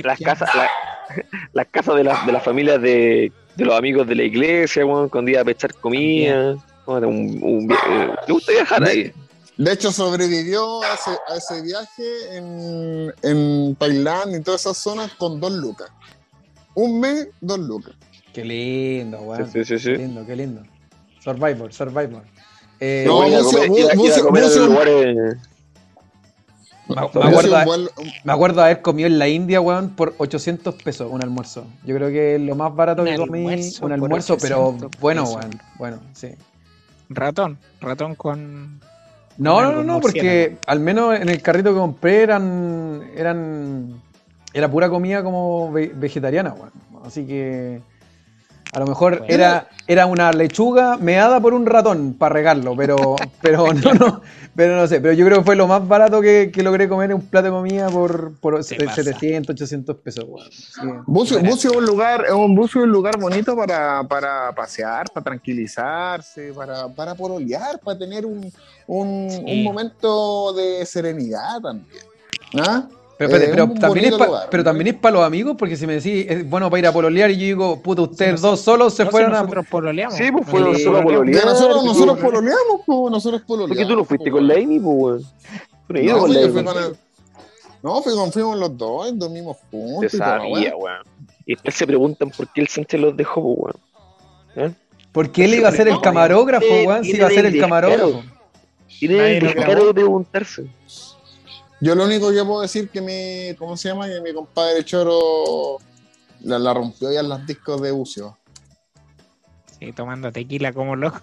Speaker 4: las casas de las familias de los amigos de la iglesia, weón, cuando iba a pechar comida. Le gusta viajar ahí.
Speaker 2: De hecho, sobrevivió a ese viaje en Tailandia y todas esas zonas con 2 lucas. Un mes, 2 lucas.
Speaker 1: Qué lindo, weón.
Speaker 4: Sí.
Speaker 1: Qué lindo. Survivor. Me acuerdo de haber comido en la India, weón, por 800 pesos un almuerzo. Yo creo que es lo más barato que comí. Un almuerzo, pero bueno, weón. Bueno, sí.
Speaker 3: Ratón con...
Speaker 1: No, porque al menos en el carrito que compré era pura comida como vegetariana, weón. Así que a lo mejor era una lechuga meada por un ratón para regarlo, pero no sé. Pero yo creo que fue lo más barato que logré comer en un plato de comida por 700, 800 pesos, weón. Sí.
Speaker 2: Bucio es un lugar bonito para pasear, para tranquilizarse, para pololear, para tener un momento de serenidad también. ¿Ah?
Speaker 1: Pero también es para los amigos, porque si me decís es bueno para ir a pololear y yo digo, puta, ustedes dos solos se fueron
Speaker 3: nosotros pololeamos.
Speaker 4: Sí, pues fueron solo a pololear.
Speaker 2: Nosotros pololeamos, pues, nosotros pololeamos.
Speaker 4: ¿Por qué tú no fuiste con la Amy, pues, weón?
Speaker 2: Fuimos los dos, dormimos juntos.
Speaker 4: Se sabía, weón. Y después se preguntan por qué el Sánchez los dejó, weón.
Speaker 1: Porque él iba a ser el camarógrafo, weón, si iba a ser el camarógrafo.
Speaker 4: Tiene el descaro de preguntarse.
Speaker 2: Yo lo único que puedo decir que mi compadre Choro la rompió ya en los discos de Bucio.
Speaker 3: Sí, tomando tequila como loco.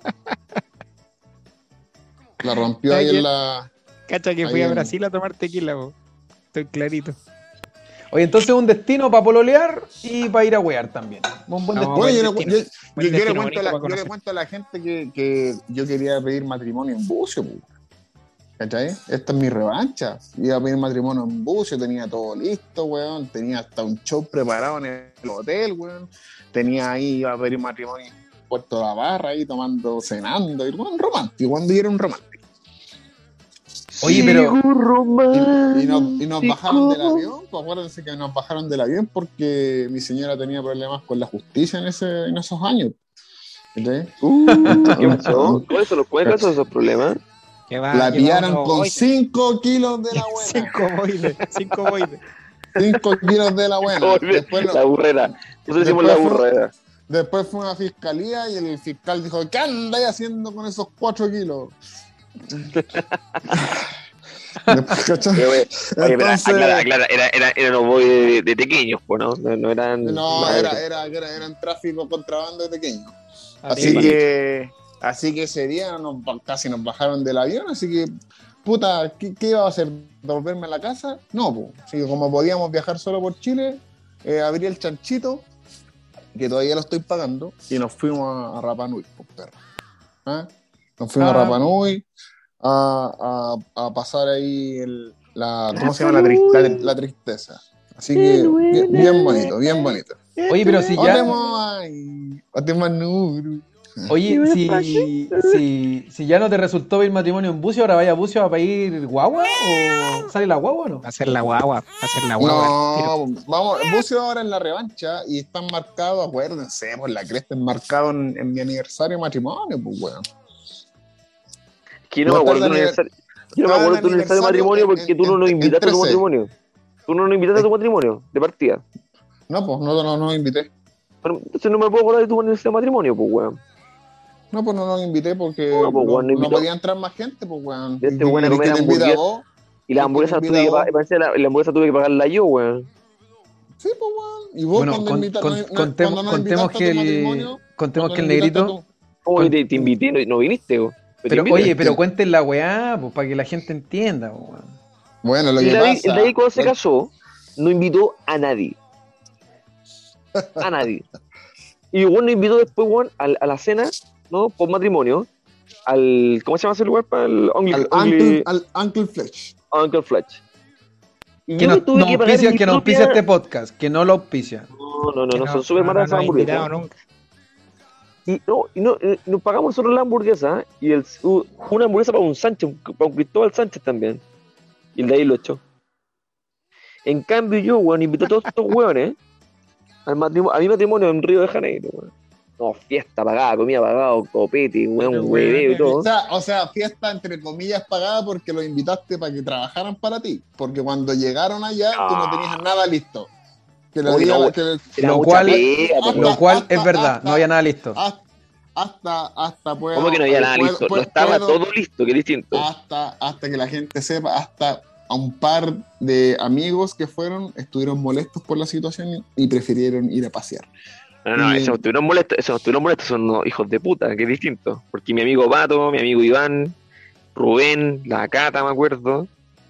Speaker 2: La rompió ahí en la...
Speaker 3: Cacha que fui a Brasil a tomar tequila, po. Estoy clarito.
Speaker 1: Oye, entonces un destino para pololear y para ir a wear también. Un buen destino.
Speaker 2: Bueno, yo le cuento a la gente que yo quería pedir matrimonio en Bucio, po. ¿Cachai? Esta es mi revancha. Iba a pedir matrimonio en Bucio, tenía todo listo, weón. Tenía hasta un show preparado en el hotel, weón. Iba a pedir matrimonio en Puerto La Barra, ahí cenando. Y weón, romántico, cuando yo era un romántico.
Speaker 1: Oye, pero...
Speaker 2: Y nos bajaron del avión. Pues acuérdense que nos bajaron del avión porque mi señora tenía problemas con la justicia en esos años. ¿Cachai?
Speaker 4: ¿Qué pasó? ¿Cuáles son los cuencas de esos problemas?
Speaker 2: La pillaron con 5 kilos de la buena.
Speaker 3: 5 boides.
Speaker 2: 5 kilos de la buena.
Speaker 4: La burrera. Nosotros decimos la burrera.
Speaker 2: Después fue a una fiscalía y el fiscal dijo, ¿qué andáis haciendo con esos 4 kilos?
Speaker 4: Entonces, aclara, eran los boys de pequeños, pues, ¿no? No eran...
Speaker 2: No, eran tráfico contrabando de pequeños. Así que ese día casi nos bajaron del avión, así que, puta, ¿qué iba a hacer? ¿Devolverme a la casa? No, pues. Así que como podíamos viajar solo por Chile, abrí el chanchito, que todavía lo estoy pagando, y nos fuimos a Rapa Nui, pues, perro. ¿Ah? Nos fuimos a Rapa Nui a pasar ahí ¿cómo se llama? La tristeza. Así que, bien bonito, bien bonito.
Speaker 1: Oye, pero si ya... Oye, si ya no te resultó ver matrimonio en Bucio, ahora vaya a Bucio a pedir guagua o sale la guagua o no?
Speaker 3: Va a ser la guagua,
Speaker 2: No, vamos, Bucio ahora en la revancha y están marcados, acuérdense, por la cresta enmarcado en mi aniversario de matrimonio, pues weón.
Speaker 4: Que no me acuerdo de tu aniversario. Yo no me acuerdo de tu aniversario de matrimonio porque tú no nos invitaste a tu matrimonio. Tú no nos invitaste a tu matrimonio, de partida.
Speaker 2: No, pues no nos invité.
Speaker 4: Pero, entonces no me puedo acordar de tu aniversario de matrimonio, pues weón.
Speaker 2: No, pues no nos invité porque
Speaker 4: No, pues, weón,
Speaker 2: no podía entrar más gente, pues weón.
Speaker 4: Este weón a comer hamburguesa. Y la hamburguesa tuve que pagarla yo, weón.
Speaker 2: Sí, pues weón. Y vos
Speaker 1: Bueno, contemos que el negrito.
Speaker 4: Oye, te invité, no viniste, weón.
Speaker 1: Pero oye, pero cuenten la weá, pues para que la gente entienda, weón.
Speaker 2: Bueno, lo que
Speaker 4: David,
Speaker 2: pasa...
Speaker 4: el David cuando se casó, no invitó a nadie. A nadie. Y bueno, invitó después, weón, a la cena, ¿no? Por matrimonio, al... ¿Cómo se llama ese lugar? Al
Speaker 2: Uncle Fletch.
Speaker 4: Uncle Fletch. Y
Speaker 1: que
Speaker 4: yo
Speaker 1: no,
Speaker 4: tuve
Speaker 1: no
Speaker 4: que pagar
Speaker 1: auspicia,
Speaker 4: mi
Speaker 1: que no
Speaker 4: propia...
Speaker 1: auspicia este podcast, que no lo auspicia.
Speaker 4: No, son súper malas esas hamburguesas.
Speaker 3: Nunca.
Speaker 4: Y nos pagamos nosotros la hamburguesa y una hamburguesa para un Sánchez, para un Cristóbal Sánchez también. Y el de ahí lo echó. En cambio yo, weón, invité a todos estos weones a mi matrimonio en Río de Janeiro, weón. No, fiesta pagada, comida pagada, copete, weón, hueveo y todo.
Speaker 2: O sea, fiesta entre comillas pagada porque los invitaste para que trabajaran para ti. Porque cuando llegaron allá, tú no tenías nada listo.
Speaker 1: Lo cual es verdad, no había nada listo.
Speaker 2: Hasta puedo,
Speaker 4: ¿Cómo que no había nada listo? No estaba todo listo, que es distinto.
Speaker 2: Hasta que la gente sepa, hasta a un par de amigos que estuvieron molestos por la situación y prefirieron ir a pasear.
Speaker 4: No, esos no estuvieron molestos, son unos hijos de puta, que es distinto. Porque mi amigo Pato, mi amigo Iván, Rubén, la Cata, me acuerdo.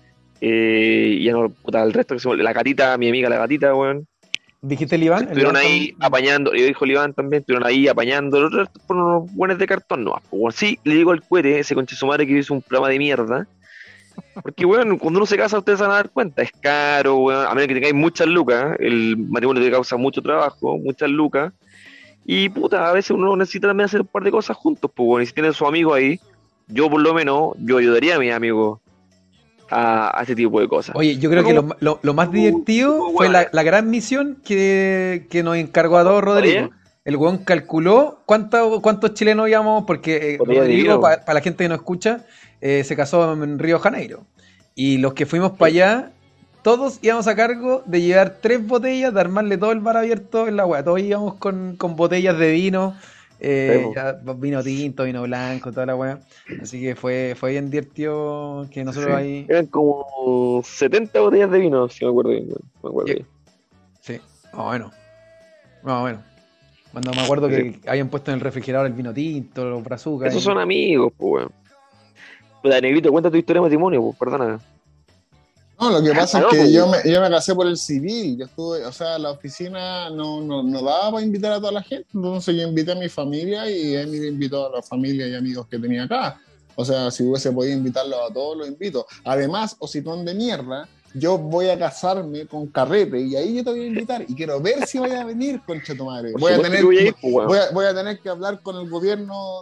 Speaker 4: Y ya no, puta, el resto, la Catita, mi amiga la Gatita, weón.
Speaker 1: ¿Dijiste el Iván?
Speaker 4: Estuvieron ahí apañando, yo dijo el Iván también, estuvieron ahí apañando, los otros por unos buenos de cartón, no. Pues, sí, le digo al cuete, ese conche su madre que hizo un programa de mierda. Porque, weón, cuando uno se casa, ustedes se van a dar cuenta, es caro, weón, a menos que tengáis muchas lucas, el matrimonio te causa mucho trabajo, muchas lucas. Y puta, a veces uno necesita también hacer un par de cosas juntos, pues, weón, y si tienen a su amigo ahí, yo por lo menos, yo ayudaría a mis amigos a ese tipo de cosas.
Speaker 1: Oye, yo creo que lo más divertido fue la gran misión que nos encargó a todos Rodrigo. El weón calculó cuántos chilenos íbamos, porque Rodrigo, para la gente que no escucha, se casó en Río de Janeiro. Y los que fuimos para allá, todos íbamos a cargo de llevar 3 botellas, de armarle todo el bar abierto en la weá. Todos íbamos con botellas de vino. Vino tinto, vino blanco, toda la weá. Así que fue bien divertido que nosotros ahí.
Speaker 4: Eran como 70 botellas de vino, si me acuerdo bien.
Speaker 1: Sí, bueno. Cuando me acuerdo que habían puesto en el refrigerador el vino tinto, los brazucas.
Speaker 4: Esos son amigos, pues weón. Pero Negrito, cuenta tu historia de matrimonio, pues, perdona.
Speaker 2: No, lo que pasa es que yo me casé por el civil. Yo estuve, o sea, la oficina no daba para invitar a toda la gente. Entonces yo invité a mi familia y él me invitó a la familia y amigos que tenía acá. O sea, si hubiese podido invitarlos a todos, los invito. Además, ositón de mierda, yo voy a casarme con Carrete y ahí yo te voy a invitar y quiero ver si vaya a venir, concha tu madre. Voy a tener que hablar con el gobierno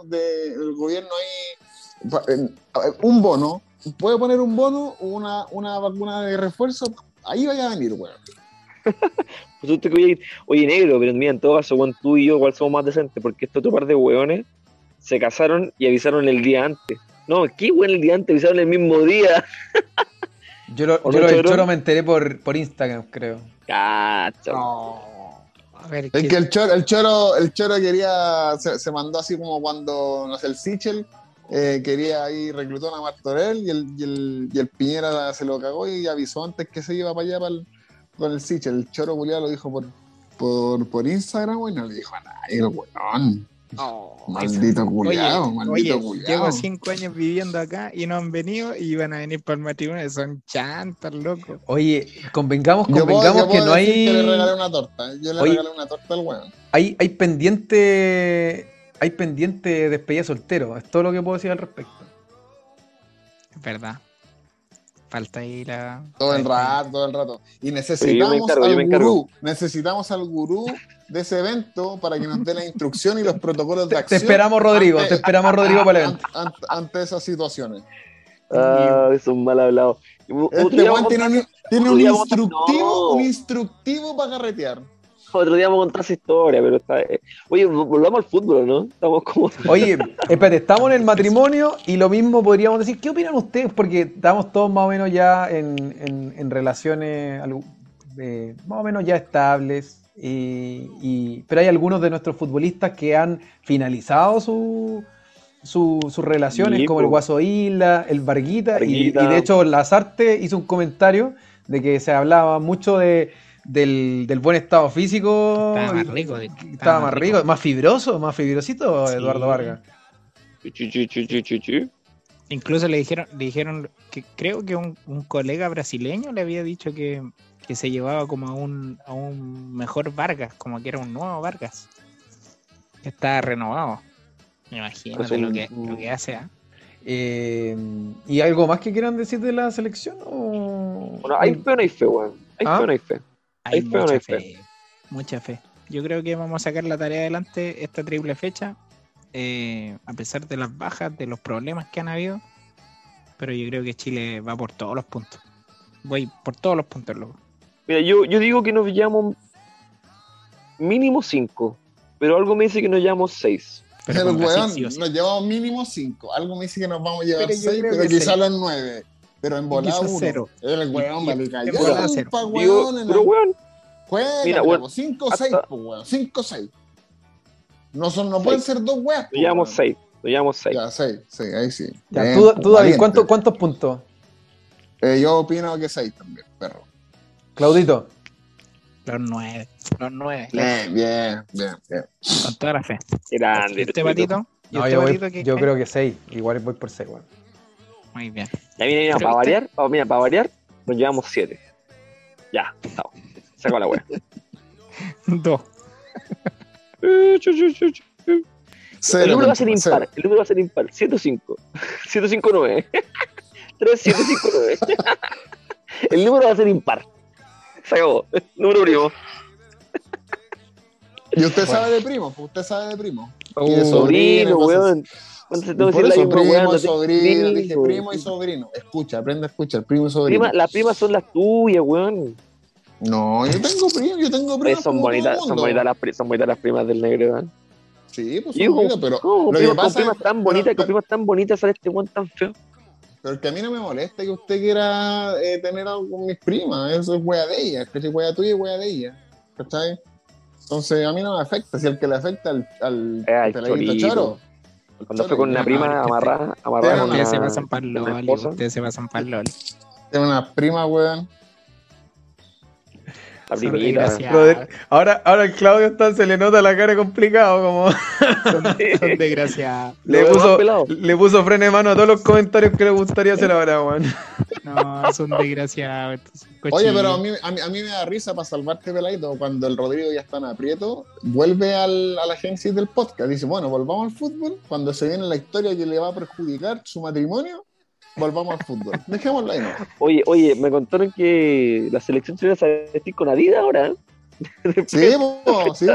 Speaker 2: ahí, un bono. ¿Puedo poner un bono o una vacuna de refuerzo? Ahí vaya a venir, weón.
Speaker 4: Pues usted que voy a ir, oye, negro, pero mira, en todo caso, weón, tú y yo igual somos más decentes, porque estos otro par de weones se casaron y avisaron el día antes. No, ¿qué weón el día antes? Avisaron el mismo día.
Speaker 1: Yo lo del choro me enteré por Instagram, creo.
Speaker 4: Cacho.
Speaker 3: No. A ver,
Speaker 2: es que el choro quería, se mandó así como cuando, no sé, el Sichel quería ahí reclutó a Martorell y el Piñera se lo cagó y avisó antes que se iba para allá con el Sichel. El choro culiado lo dijo por Instagram, güey, no le dijo a nadie, el weón. Maldito culiado, maldito culiado.
Speaker 3: Llevo 5 años viviendo acá y no han venido y van a venir para el matrimonio. Son chantas, loco.
Speaker 1: Oye, convengamos
Speaker 2: yo
Speaker 1: que no hay.
Speaker 2: Que le regalé una torta. Yo le regalé una torta al weón.
Speaker 1: Hay pendiente despedida soltero. Es todo lo que puedo decir al respecto.
Speaker 3: Es verdad. falta ahí la...
Speaker 2: Todo el rato, todo el rato. Y necesitamos
Speaker 4: yo me encargo.
Speaker 2: Necesitamos al gurú de ese evento para que nos dé la instrucción y los protocolos de
Speaker 1: Te
Speaker 2: acción.
Speaker 1: esperamos, Rodrigo. Te esperamos, Rodrigo, para el evento.
Speaker 2: Ante esas situaciones.
Speaker 4: Es un mal hablado.
Speaker 2: Este Juan tiene un instructivo para carretear.
Speaker 4: Otro día vamos a contar esa historia, pero está... Oye, volvamos al fútbol, ¿no? Estamos como...
Speaker 1: Oye, espérate, estamos en el matrimonio y lo mismo podríamos decir. ¿Qué opinan ustedes? Porque estamos todos más o menos ya en relaciones más o menos ya estables. Pero hay algunos de nuestros futbolistas que han finalizado sus relaciones,
Speaker 4: Sí,
Speaker 1: como el
Speaker 4: po.
Speaker 1: Guaso Isla, el Varguita. Y
Speaker 4: Varguita.
Speaker 1: de hecho Lazarte hizo un comentario de que se hablaba mucho del buen estado físico.
Speaker 3: Estaba más rico.
Speaker 1: Estaba más rico, más fibroso, más fibrosito,
Speaker 3: Sí.
Speaker 1: Eduardo Vargas.
Speaker 3: Incluso le dijeron que creo que un colega brasileño le había dicho que se llevaba como a un mejor Vargas, como que era un nuevo Vargas. Que estaba renovado. Imagínate lo que hace, ¿ah?
Speaker 1: ¿Y algo más que quieran decir de la selección? ¿O?
Speaker 4: Bueno, hay fe o no hay fe, weón. Hay
Speaker 1: ¿Ah?
Speaker 4: fe o no hay fe.
Speaker 3: Hay
Speaker 4: ¿Hay fe o no
Speaker 3: mucha
Speaker 4: hay
Speaker 3: fe, mucha fe. Yo creo que vamos a sacar la tarea adelante esta triple fecha, a pesar de las bajas, de los problemas que han habido, pero yo creo que Chile va por todos los puntos. Voy por todos los puntos, loco.
Speaker 4: Mira, yo digo que nos llevamos mínimo 5, pero algo me dice que nos llevamos 6.
Speaker 2: Pero
Speaker 3: con Brasil,
Speaker 2: weón,
Speaker 3: sí o sí.
Speaker 2: nos llevamos mínimo 5. Algo me dice que nos vamos a llevar
Speaker 3: Pero yo
Speaker 2: 6,
Speaker 3: creo
Speaker 2: pero
Speaker 3: que
Speaker 2: quizás
Speaker 3: seis.
Speaker 2: los 9. Pero en volada
Speaker 3: quizás
Speaker 2: 1.
Speaker 3: cero.
Speaker 2: El weón, vale,
Speaker 3: en volada cero.
Speaker 4: Digo, pero weón, mira, weón,
Speaker 2: 5 o 6,
Speaker 4: hasta-
Speaker 2: pues weón. 5 o 6. No pueden ser 2 weas.
Speaker 4: nos llevamos 6. Nos llevamos 6.
Speaker 2: Ya, 6, ahí sí.
Speaker 1: Ya,
Speaker 2: Bien,
Speaker 1: tú, David,
Speaker 2: valiente.
Speaker 1: ¿cuántos puntos?
Speaker 2: Yo opino que 6 también, perro.
Speaker 1: Claudito.
Speaker 3: Los 9.
Speaker 2: Bien.
Speaker 3: Con toda la fe.
Speaker 4: Grande.
Speaker 3: ¿Y usted, Patito? ¿Y
Speaker 1: No,
Speaker 3: usted, Patito, qué
Speaker 1: yo
Speaker 3: cree?
Speaker 1: creo que 6. Igual voy por 6, weón.
Speaker 3: Muy bien.
Speaker 4: Ya mira,
Speaker 3: Pero
Speaker 4: para variar, nos llevamos 7. Ya, estamos. Saco la wea.
Speaker 3: 2.
Speaker 4: El número va a ser impar. El número va a ser impar. 105. 159. 3759. El número va a ser impar. Se acabó. Número primo.
Speaker 2: Y usted sabe de primo, pues usted sabe de primo. Y de
Speaker 4: Sobrino,
Speaker 2: cosas así.
Speaker 4: weón. ¿Cuánto se tengo que
Speaker 2: Por
Speaker 4: decir la
Speaker 2: eso,
Speaker 4: misma weá?
Speaker 2: primo,
Speaker 4: No te-
Speaker 2: sobrino, dije
Speaker 4: primo.
Speaker 2: primo y sobrino. Escucha, aprende a escuchar, primo y sobrino.
Speaker 4: Las primas son las tuyas, weón.
Speaker 2: No, yo tengo primo.
Speaker 4: Son bonitas las primas del negro, weón.
Speaker 2: Sí, pues
Speaker 4: Y
Speaker 2: son bonitas, pero lo que
Speaker 4: con
Speaker 2: pasa
Speaker 4: primas
Speaker 2: es-
Speaker 4: tan bonitas,
Speaker 2: pero-
Speaker 4: con primas tan bonitas sale este weón tan feo.
Speaker 2: Pero que a mí no me molesta que usted quiera tener algo con mis primas. Eso es wea de ellas. Que si wea tuya y wea de ella. ¿Cachai? Entonces a mí no me afecta. Si el que le afecta al
Speaker 4: al
Speaker 2: peladito
Speaker 4: chorito.
Speaker 2: choro.
Speaker 4: Cuando fue con una prima amarrada con
Speaker 2: Tiene
Speaker 3: Ustedes se
Speaker 4: una,
Speaker 3: pasan para
Speaker 4: una
Speaker 3: LOL.
Speaker 4: esposa.
Speaker 3: Ustedes se pasan para LOL.
Speaker 2: Tiene una prima, weón.
Speaker 4: La
Speaker 3: Son
Speaker 4: primita.
Speaker 3: desgraciados.
Speaker 1: Ahora el Claudio se le nota la cara complicado, como
Speaker 3: Son desgraciados.
Speaker 1: le
Speaker 4: Lo veo más pelado.
Speaker 1: puso freno de mano a todos los comentarios que le gustaría hacer ahora, weón.
Speaker 3: No, son desgraciados. estos
Speaker 2: Oye,
Speaker 3: cochinos.
Speaker 2: pero a mí me da risa para salvarte, peladito, cuando el Rodrigo ya está en aprieto, vuelve a la génesis del podcast. Dice, bueno, volvamos al fútbol. Cuando se viene la historia que le va a perjudicar su matrimonio, volvamos al fútbol. Dejémoslo ahí, ¿no?
Speaker 4: Oye, me contaron que la selección chilena se va a vestir con Adidas ahora.
Speaker 2: Sí, sí,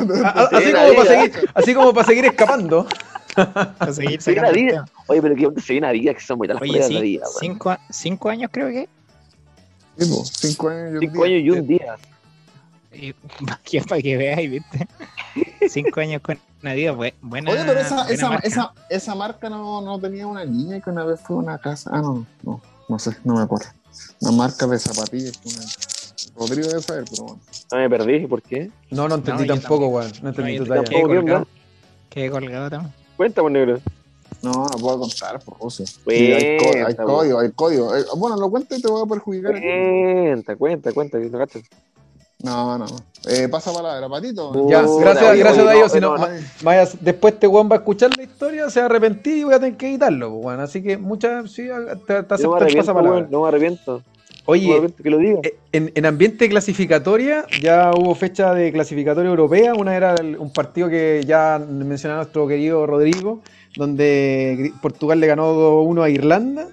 Speaker 1: Así como para seguir escapando.
Speaker 3: Para seguir
Speaker 4: Se viene
Speaker 3: sacando el
Speaker 4: Adidas.
Speaker 3: tema.
Speaker 4: Oye, pero que se viene Adidas, que son muy las
Speaker 3: Oye,
Speaker 4: poleras de
Speaker 3: sí,
Speaker 4: Adidas, weón.
Speaker 3: 5 años creo que.
Speaker 2: 5 años y un
Speaker 4: 5
Speaker 2: día.
Speaker 4: años y un día.
Speaker 3: Y, para que veáis, ¿viste? 5 años con Adidas, buena.
Speaker 2: Oye, pero
Speaker 3: buena marca.
Speaker 2: esa marca no tenía una niña que una vez fue a una casa. Ah, no sé, no me acuerdo. Una marca de zapatillas. Rodrigo debe saber, pero bueno.
Speaker 4: No me perdí, ¿por qué?
Speaker 1: No entendí
Speaker 3: No, yo
Speaker 1: tampoco,
Speaker 3: también.
Speaker 1: weón. No entendí
Speaker 3: yo
Speaker 1: tu talla.
Speaker 3: tampoco.
Speaker 4: ¿Qué onda?
Speaker 3: colgado. Quedé colgado también.
Speaker 4: Cuéntame, negro.
Speaker 2: No puedo contar, por Rusia.
Speaker 4: Cuenta,
Speaker 2: Hay código. Bueno, lo cuento y te voy a perjudicar.
Speaker 4: Cuenta, que no cachas.
Speaker 2: No. Pasa palabra, Patito.
Speaker 1: Ya,
Speaker 4: Puta,
Speaker 1: gracias
Speaker 4: oye,
Speaker 1: Darío,
Speaker 4: no,
Speaker 1: si no,
Speaker 2: Ay,
Speaker 1: después este weón va a escuchar la historia, se va a arrepentir y voy a tener que editarlo, pues, weón. Así que te
Speaker 4: No
Speaker 1: acepto
Speaker 4: me
Speaker 1: el
Speaker 4: arrepiento,
Speaker 1: pasapalabra.
Speaker 4: weón, no me arrepiento. No me
Speaker 1: Oye,
Speaker 4: arrepiento que lo diga.
Speaker 1: en ambiente clasificatoria ya hubo fecha de clasificatoria europea. Una era un partido que ya mencionaba nuestro querido Rodrigo, donde Portugal le ganó 2-1 a Irlanda.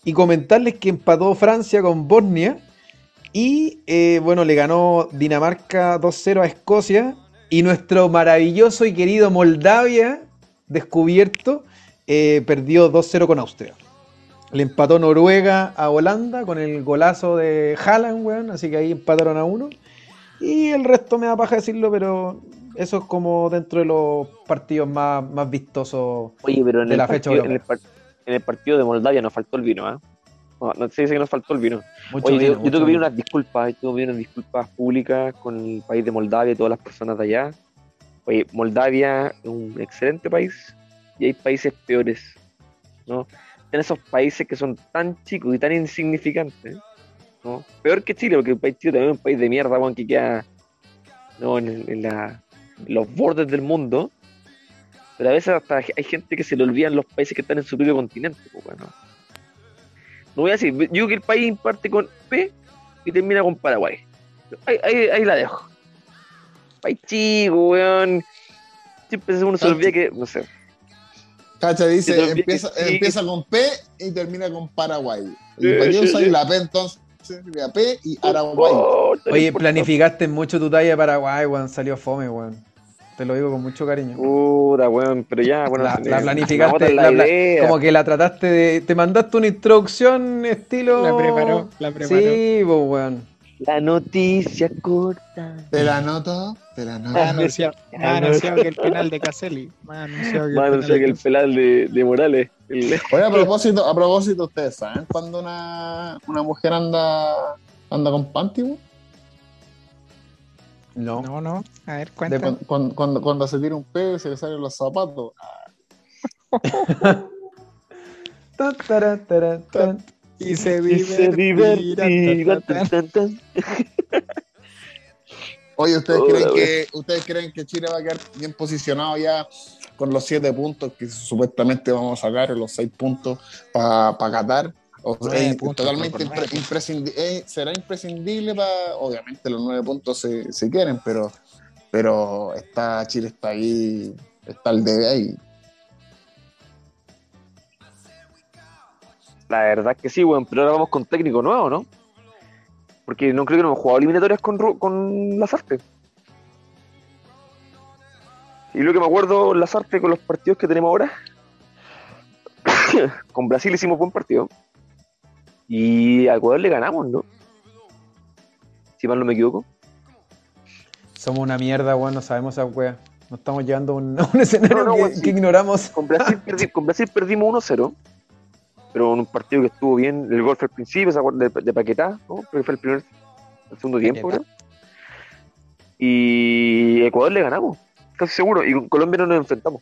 Speaker 1: Y comentarles que empató Francia con Bosnia. Y bueno, le ganó Dinamarca 2-0 a Escocia. Y nuestro maravilloso y querido Moldavia, descubierto, perdió 2-0 con Austria. Le empató Noruega a Holanda con el golazo de Haaland, weón. Así que ahí empataron a 1. Y el resto me da paja decirlo, pero eso es como dentro de los partidos más vistosos.
Speaker 4: Oye, pero
Speaker 1: de la fecha europea.
Speaker 4: En el partido de Moldavia nos faltó el vino, ¿ah? No se dice que nos faltó el vino.
Speaker 1: Mucho
Speaker 4: Oye,
Speaker 1: vino,
Speaker 4: yo tengo que pedir
Speaker 1: vino.
Speaker 4: unas disculpas, públicas con el país de Moldavia y todas las personas de allá. Oye, Moldavia es un excelente país y hay países peores, ¿no? En esos países que son tan chicos y tan insignificantes, ¿no? Peor que Chile, porque el país Chile también es un país de mierda, weón, que queda, ¿no? en los bordes del mundo. Pero a veces hasta hay gente que se le olvidan los países que están en su propio continente, pues, bueno. No voy a decir, yo creo que el país parte con P y termina con Paraguay. Ahí la dejo. País chico, weón. Siempre uno se olvida que, no sé.
Speaker 2: Cacha dice,
Speaker 4: Se te olvida
Speaker 2: empieza con P y termina con Paraguay. Y para yo soy la P, entonces sería P y Araguay.
Speaker 1: Oye, planificaste mucho tu talla de Paraguay, weón. Salió fome, weón. Te lo digo con mucho cariño.
Speaker 4: Puta, weón, pero ya, bueno.
Speaker 1: La planificaste, como que la trataste de... Te mandaste una introducción estilo...
Speaker 3: La preparó.
Speaker 1: Sí, pues, weón.
Speaker 4: La noticia corta.
Speaker 2: Te la anoto.
Speaker 3: Me ha anunciado que el penal de Caselli. Me ha anunciado
Speaker 4: que el pelal de Morales.
Speaker 2: Oye, a propósito, ¿ustedes saben cuando una mujer anda con panty, weón?
Speaker 3: No. A ver, cuenta.
Speaker 2: Cuando se tira un pedo y se le salen los zapatos.
Speaker 3: Y se divertirá.
Speaker 2: Oye, ¿ustedes creen que Chile va a quedar bien posicionado ya con los 7 puntos que supuestamente vamos a sacar, los 6 puntos para Qatar? Totalmente imprescindible, será imprescindible para, obviamente los 9 puntos se quieren, pero Chile está ahí, está el debe ahí.
Speaker 4: La verdad es que sí, weón, pero ahora vamos con técnico nuevo, ¿no? Porque no creo que no hemos jugado eliminatorias con Lasarte. Y lo que me acuerdo, Lasarte, con los partidos que tenemos ahora, con Brasil hicimos buen partido. Y a Ecuador le ganamos, ¿no? Si mal no me equivoco.
Speaker 1: Somos una mierda, weón, no sabemos esa wea. Nos estamos llevando a un escenario que ignoramos.
Speaker 4: Con Brasil perdimos 1-0. Pero en un partido que estuvo bien, el gol fue al principio, ¿se acuerdan? De Paquetá, ¿no? Creo que fue el segundo tiempo, creo. Y Ecuador le ganamos, casi seguro. Y con Colombia no nos enfrentamos.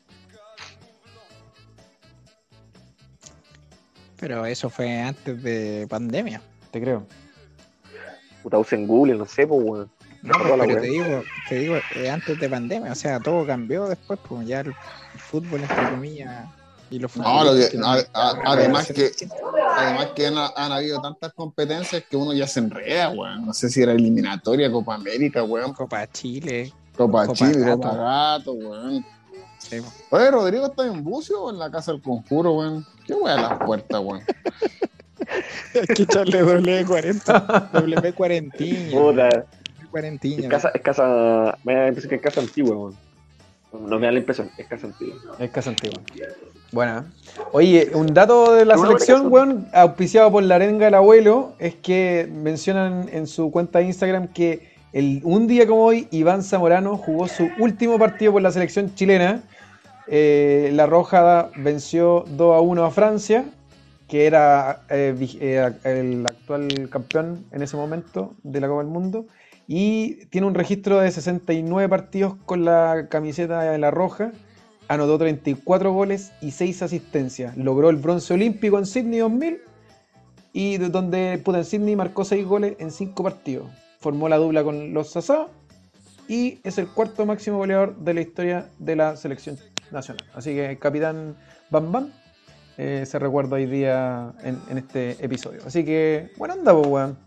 Speaker 3: Pero eso fue antes de pandemia.
Speaker 1: Te creo.
Speaker 4: Puta, usen Google, no sé, pues, weón.
Speaker 3: No, pero te digo, antes de pandemia, o sea, todo cambió después, pues ya el fútbol, entre comillas, y los
Speaker 2: además que han habido tantas competencias que uno ya se enreda, weón. No sé si era eliminatoria, Copa América, weón.
Speaker 3: Copa Chile,
Speaker 2: Copa Gato, weón.
Speaker 3: Sí.
Speaker 2: Oye, ¿Rodrigo está en Bucio o en la Casa del Conjuro, weón? ¿Qué weón las puertas, weón?
Speaker 3: Hay que echarle W40.
Speaker 4: Puta.
Speaker 3: Es
Speaker 4: casa. Me da la impresión que es casa antigua, weón. No me da la impresión, es casa antigua.
Speaker 1: Es casa antigua. Bueno. Oye, un dato de la selección, weón, auspiciado por la arenga del abuelo, es que mencionan en su cuenta de Instagram que un día como hoy, Iván Zamorano jugó su último partido por la selección chilena. La Roja venció 2-1 a Francia, que era el actual campeón en ese momento de la Copa del Mundo. Y tiene un registro de 69 partidos con la camiseta de la Roja. Anotó 34 goles y 6 asistencias. Logró el bronce olímpico en Sydney 2000. Y donde en Sydney marcó 6 goles en 5 partidos. Formó la dupla con los Sasá. Y es el cuarto máximo goleador de la historia de la selección nacional. Así que el capitán Bam Bam se recuerda hoy día en este episodio. Así que, buena onda, pues, weón.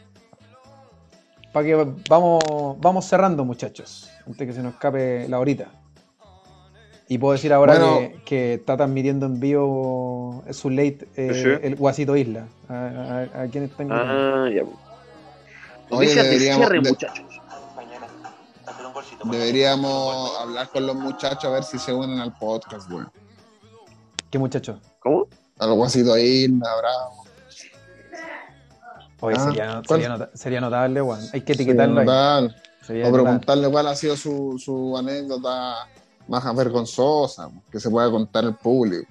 Speaker 1: Para que vamos cerrando, muchachos, antes que se nos escape la horita. Y puedo decir ahora
Speaker 2: Bueno.
Speaker 1: que está transmitiendo en vivo su late
Speaker 4: ¿Sí?
Speaker 1: el Guasito Isla. ¿A quién está invitando?
Speaker 4: Ah, ya.
Speaker 2: Oye,
Speaker 4: Noticias de
Speaker 2: deberíamos,
Speaker 4: cierre, muchachos.
Speaker 2: deberíamos hablar con los muchachos a ver si se unen al podcast, güey.
Speaker 1: ¿Qué muchacho?
Speaker 4: ¿Cómo?
Speaker 2: Al Guasito Isla, bravo.
Speaker 1: Oye,
Speaker 2: ¿cuál?
Speaker 1: sería notable, weón. Hay que
Speaker 2: Sí,
Speaker 1: etiquetarlo ahí.
Speaker 2: total.
Speaker 1: Sería
Speaker 2: O
Speaker 1: notable.
Speaker 2: preguntarle cuál ha sido su anécdota más vergonzosa que se pueda contar al público.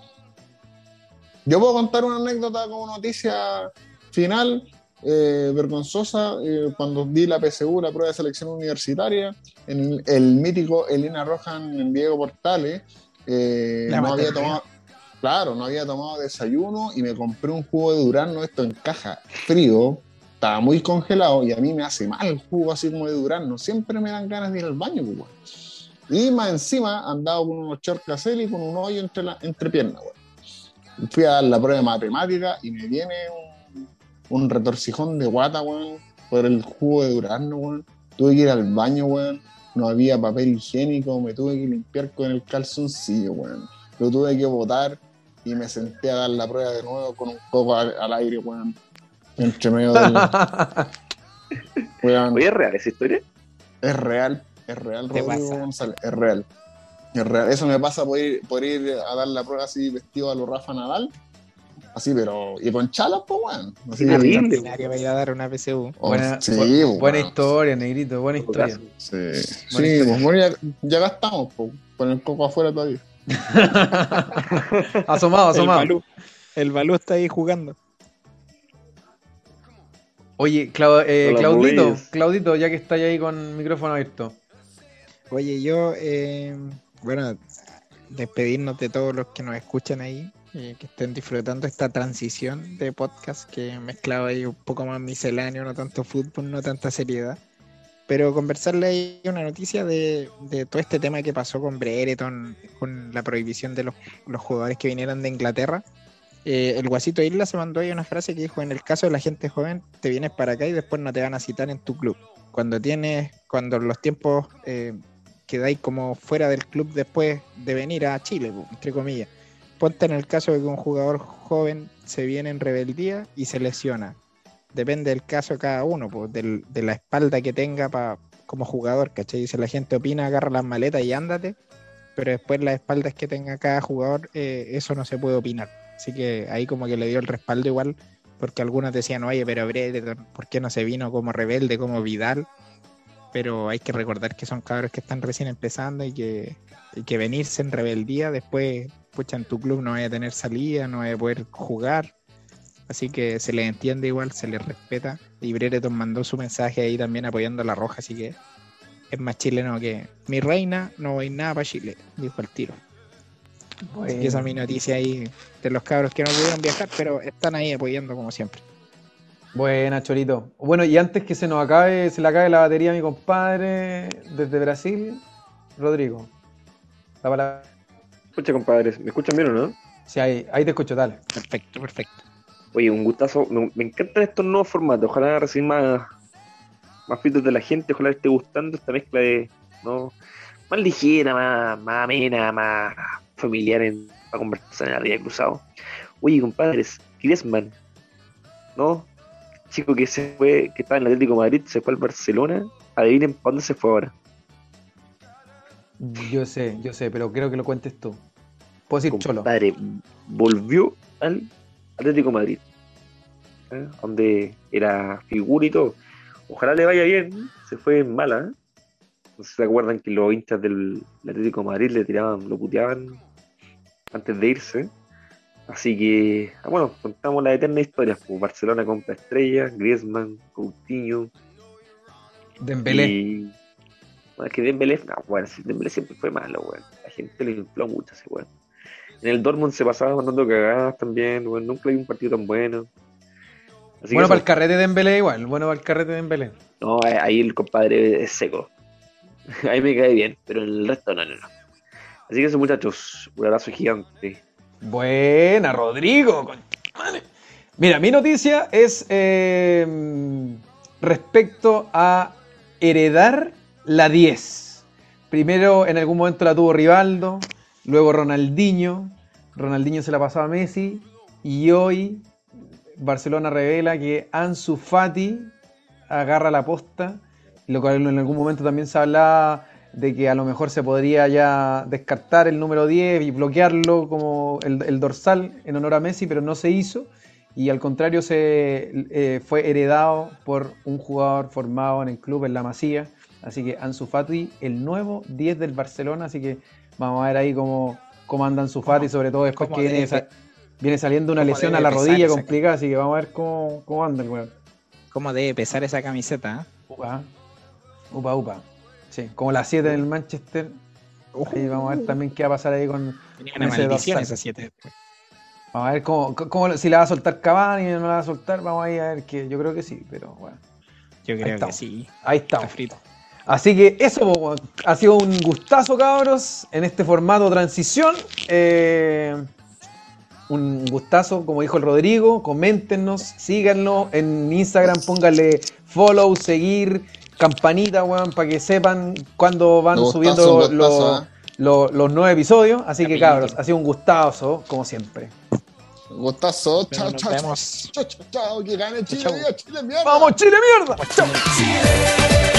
Speaker 2: Yo puedo contar una anécdota como noticia final, vergonzosa, cuando di la PSU, la prueba de selección universitaria, en el mítico Elena Rojan en Diego Portales,
Speaker 3: La
Speaker 2: no había
Speaker 3: maternidad.
Speaker 2: tomado, claro, no había tomado desayuno y me compré un jugo de durazno, esto en caja, frío, estaba muy congelado y a mí me hace mal el jugo así como de durazno, siempre me dan ganas de ir al baño, pues, weón. Y más encima andaba con unos shorts Caselli y con un hoyo entre piernas, weón. Fui a dar la prueba de matemática y me viene un retorcijón de guata, weón, por el jugo de durazno, weón. Tuve que ir al baño, weón. No había papel higiénico, me tuve que limpiar con el calzoncillo, weón. Lo tuve que botar y me senté a dar la prueba de nuevo con un coco al aire, weón. Entre medio del. Weón.
Speaker 4: Oye, ¿es real esa historia?
Speaker 2: Es real,
Speaker 3: Te
Speaker 2: Rodrigo
Speaker 3: pasa.
Speaker 2: González, es real. Es real. Eso me pasa por ir a dar la prueba así vestido a lo Rafa Nadal. Así, pero. Y con chalas, pues, weón. Así,
Speaker 4: terrible.
Speaker 3: Ordinario para ir a dar una PSU.
Speaker 1: Buena,
Speaker 2: sí,
Speaker 1: buena
Speaker 2: weón.
Speaker 1: historia, negrito, buena
Speaker 4: En todo
Speaker 1: historia.
Speaker 4: caso.
Speaker 2: Sí,
Speaker 1: Buena
Speaker 2: sí,
Speaker 1: historia.
Speaker 2: pues bueno, ya gastamos, pues, con el coco afuera todavía.
Speaker 1: Asomado.
Speaker 3: El Balú está ahí jugando.
Speaker 1: Oye,
Speaker 4: Hola,
Speaker 1: Claudito,
Speaker 4: boys.
Speaker 1: Claudito, ya que estáis ahí con micrófono abierto.
Speaker 3: Oye, yo, bueno, despedirnos de todos los que nos escuchan ahí, que estén disfrutando esta transición de podcast que mezclaba ahí un poco más misceláneo, no tanto fútbol, no tanta seriedad. Pero conversarle ahí una noticia de todo este tema que pasó con Brereton, con la prohibición de los jugadores que vinieran de Inglaterra. El Guasito Isla se mandó ahí una frase que dijo: en el caso de la gente joven, te vienes para acá y después no te van a citar en tu club. Cuando los tiempos quedáis como fuera del club después de venir a Chile, entre comillas. Ponte en el caso de que un jugador joven se viene en rebeldía y se lesiona. Depende del caso de cada uno, pues, de la espalda que tenga como jugador, ¿cachai? Si la gente opina, agarra las maletas y ándate, pero después las espaldas que tenga cada jugador, eso no se puede opinar. Así que ahí como que le dio el respaldo igual, porque algunos decían, oye, pero Brereton, ¿por qué no se vino como rebelde, como Vidal? Pero hay que recordar que son cabros que están recién empezando y que venirse en rebeldía, después, pucha, en tu club no vaya a tener salida, no vaya a poder jugar. Así que se les entiende igual, se les respeta. Y Brereton mandó su mensaje ahí también apoyando a la Roja, así que es más chileno que mi reina, no voy nada para Chile, dijo el tiro. Así que esa es mi noticia ahí de los cabros que no pudieron viajar, pero están ahí apoyando como siempre.
Speaker 1: Buena, Chorito. Bueno, y antes que se le acabe la batería a mi compadre desde Brasil, Rodrigo. La palabra.
Speaker 4: Escucha, compadres, ¿me escuchan bien o no?
Speaker 1: Sí, ahí te escucho, dale.
Speaker 3: Perfecto.
Speaker 4: Oye, un gustazo. Me encantan estos nuevos formatos. Ojalá recibir más feedback de la gente. Ojalá les esté gustando esta mezcla de, ¿no? Más ligera, más amena, más familiar para conversar en arriba cruzado. Oye, compadres, Griezmann, ¿no? Chico que se fue, que estaba en el Atlético de Madrid, se fue al Barcelona. Adivinen para dónde se fue ahora.
Speaker 1: Yo sé, pero creo que lo cuentes tú. Puedo decir Cholo.
Speaker 4: Compadre, volvió al Atlético de Madrid, donde era figura y todo. Ojalá le vaya bien. Se fue en mala. No sé si se acuerdan que los hinchas del Atlético de Madrid le tiraban, lo puteaban antes de irse. Así que, bueno, contamos la eterna historia. Pues Barcelona compra estrellas, Griezmann, Coutinho,
Speaker 1: Dembélé.
Speaker 4: y bueno, es que Dembélé, no, bueno, sí, Dembélé siempre fue malo, weón. La gente le infló mucho a ese weón. En el Dortmund se pasaba mandando cagadas también, weón. Nunca vi un partido tan bueno. Así
Speaker 1: Bueno
Speaker 4: que
Speaker 1: para el carrete de Dembélé igual. Bueno para el carrete de Dembélé.
Speaker 4: no, ahí el compadre es seco. Ahí me cae bien, pero el resto no. Así que eso, muchachos, un abrazo gigante.
Speaker 1: Buena, Rodrigo. Madre. Mira, mi noticia es respecto a heredar la 10. Primero, en algún momento la tuvo Rivaldo, luego Ronaldinho se la pasaba a Messi, y hoy Barcelona revela que Ansu Fati agarra la posta, lo cual en algún momento también se hablaba de que a lo mejor se podría ya descartar el número 10 y bloquearlo como el dorsal en honor a Messi, pero no se hizo, y al contrario fue heredado por un jugador formado en el club, en la Masía. Así que Ansu Fati, el nuevo 10 del Barcelona, así que vamos a ver ahí cómo anda Ansu Fati, sobre todo después que viene saliendo una lesión a la rodilla complicada, así que vamos a ver cómo anda el weón.
Speaker 3: ¿Cómo debe pesar esa camiseta?
Speaker 1: Upa. Sí, como la 7 en el Manchester. Ahí vamos a ver también qué va a pasar ahí con
Speaker 3: una maldición esa 7.
Speaker 1: Vamos a ver cómo si la va a soltar Cavani o no la va a soltar. Vamos a ver que yo creo que sí, pero bueno.
Speaker 3: Yo creo que sí.
Speaker 1: Ahí estamos. Así que eso ha sido un gustazo, cabros, en este formato transición. Un gustazo, como dijo el Rodrigo. Coméntenos, síganos en Instagram, pónganle follow, seguir, campanita, weón, para que sepan cuando van subiendo los nuevos episodios. Así que, cabros, ha sido un gustazo, como siempre.
Speaker 2: Gustazo, chao, chao, que gane Chile, Chile mierda.
Speaker 1: ¡Vamos, Chile mierda! ¡Chao!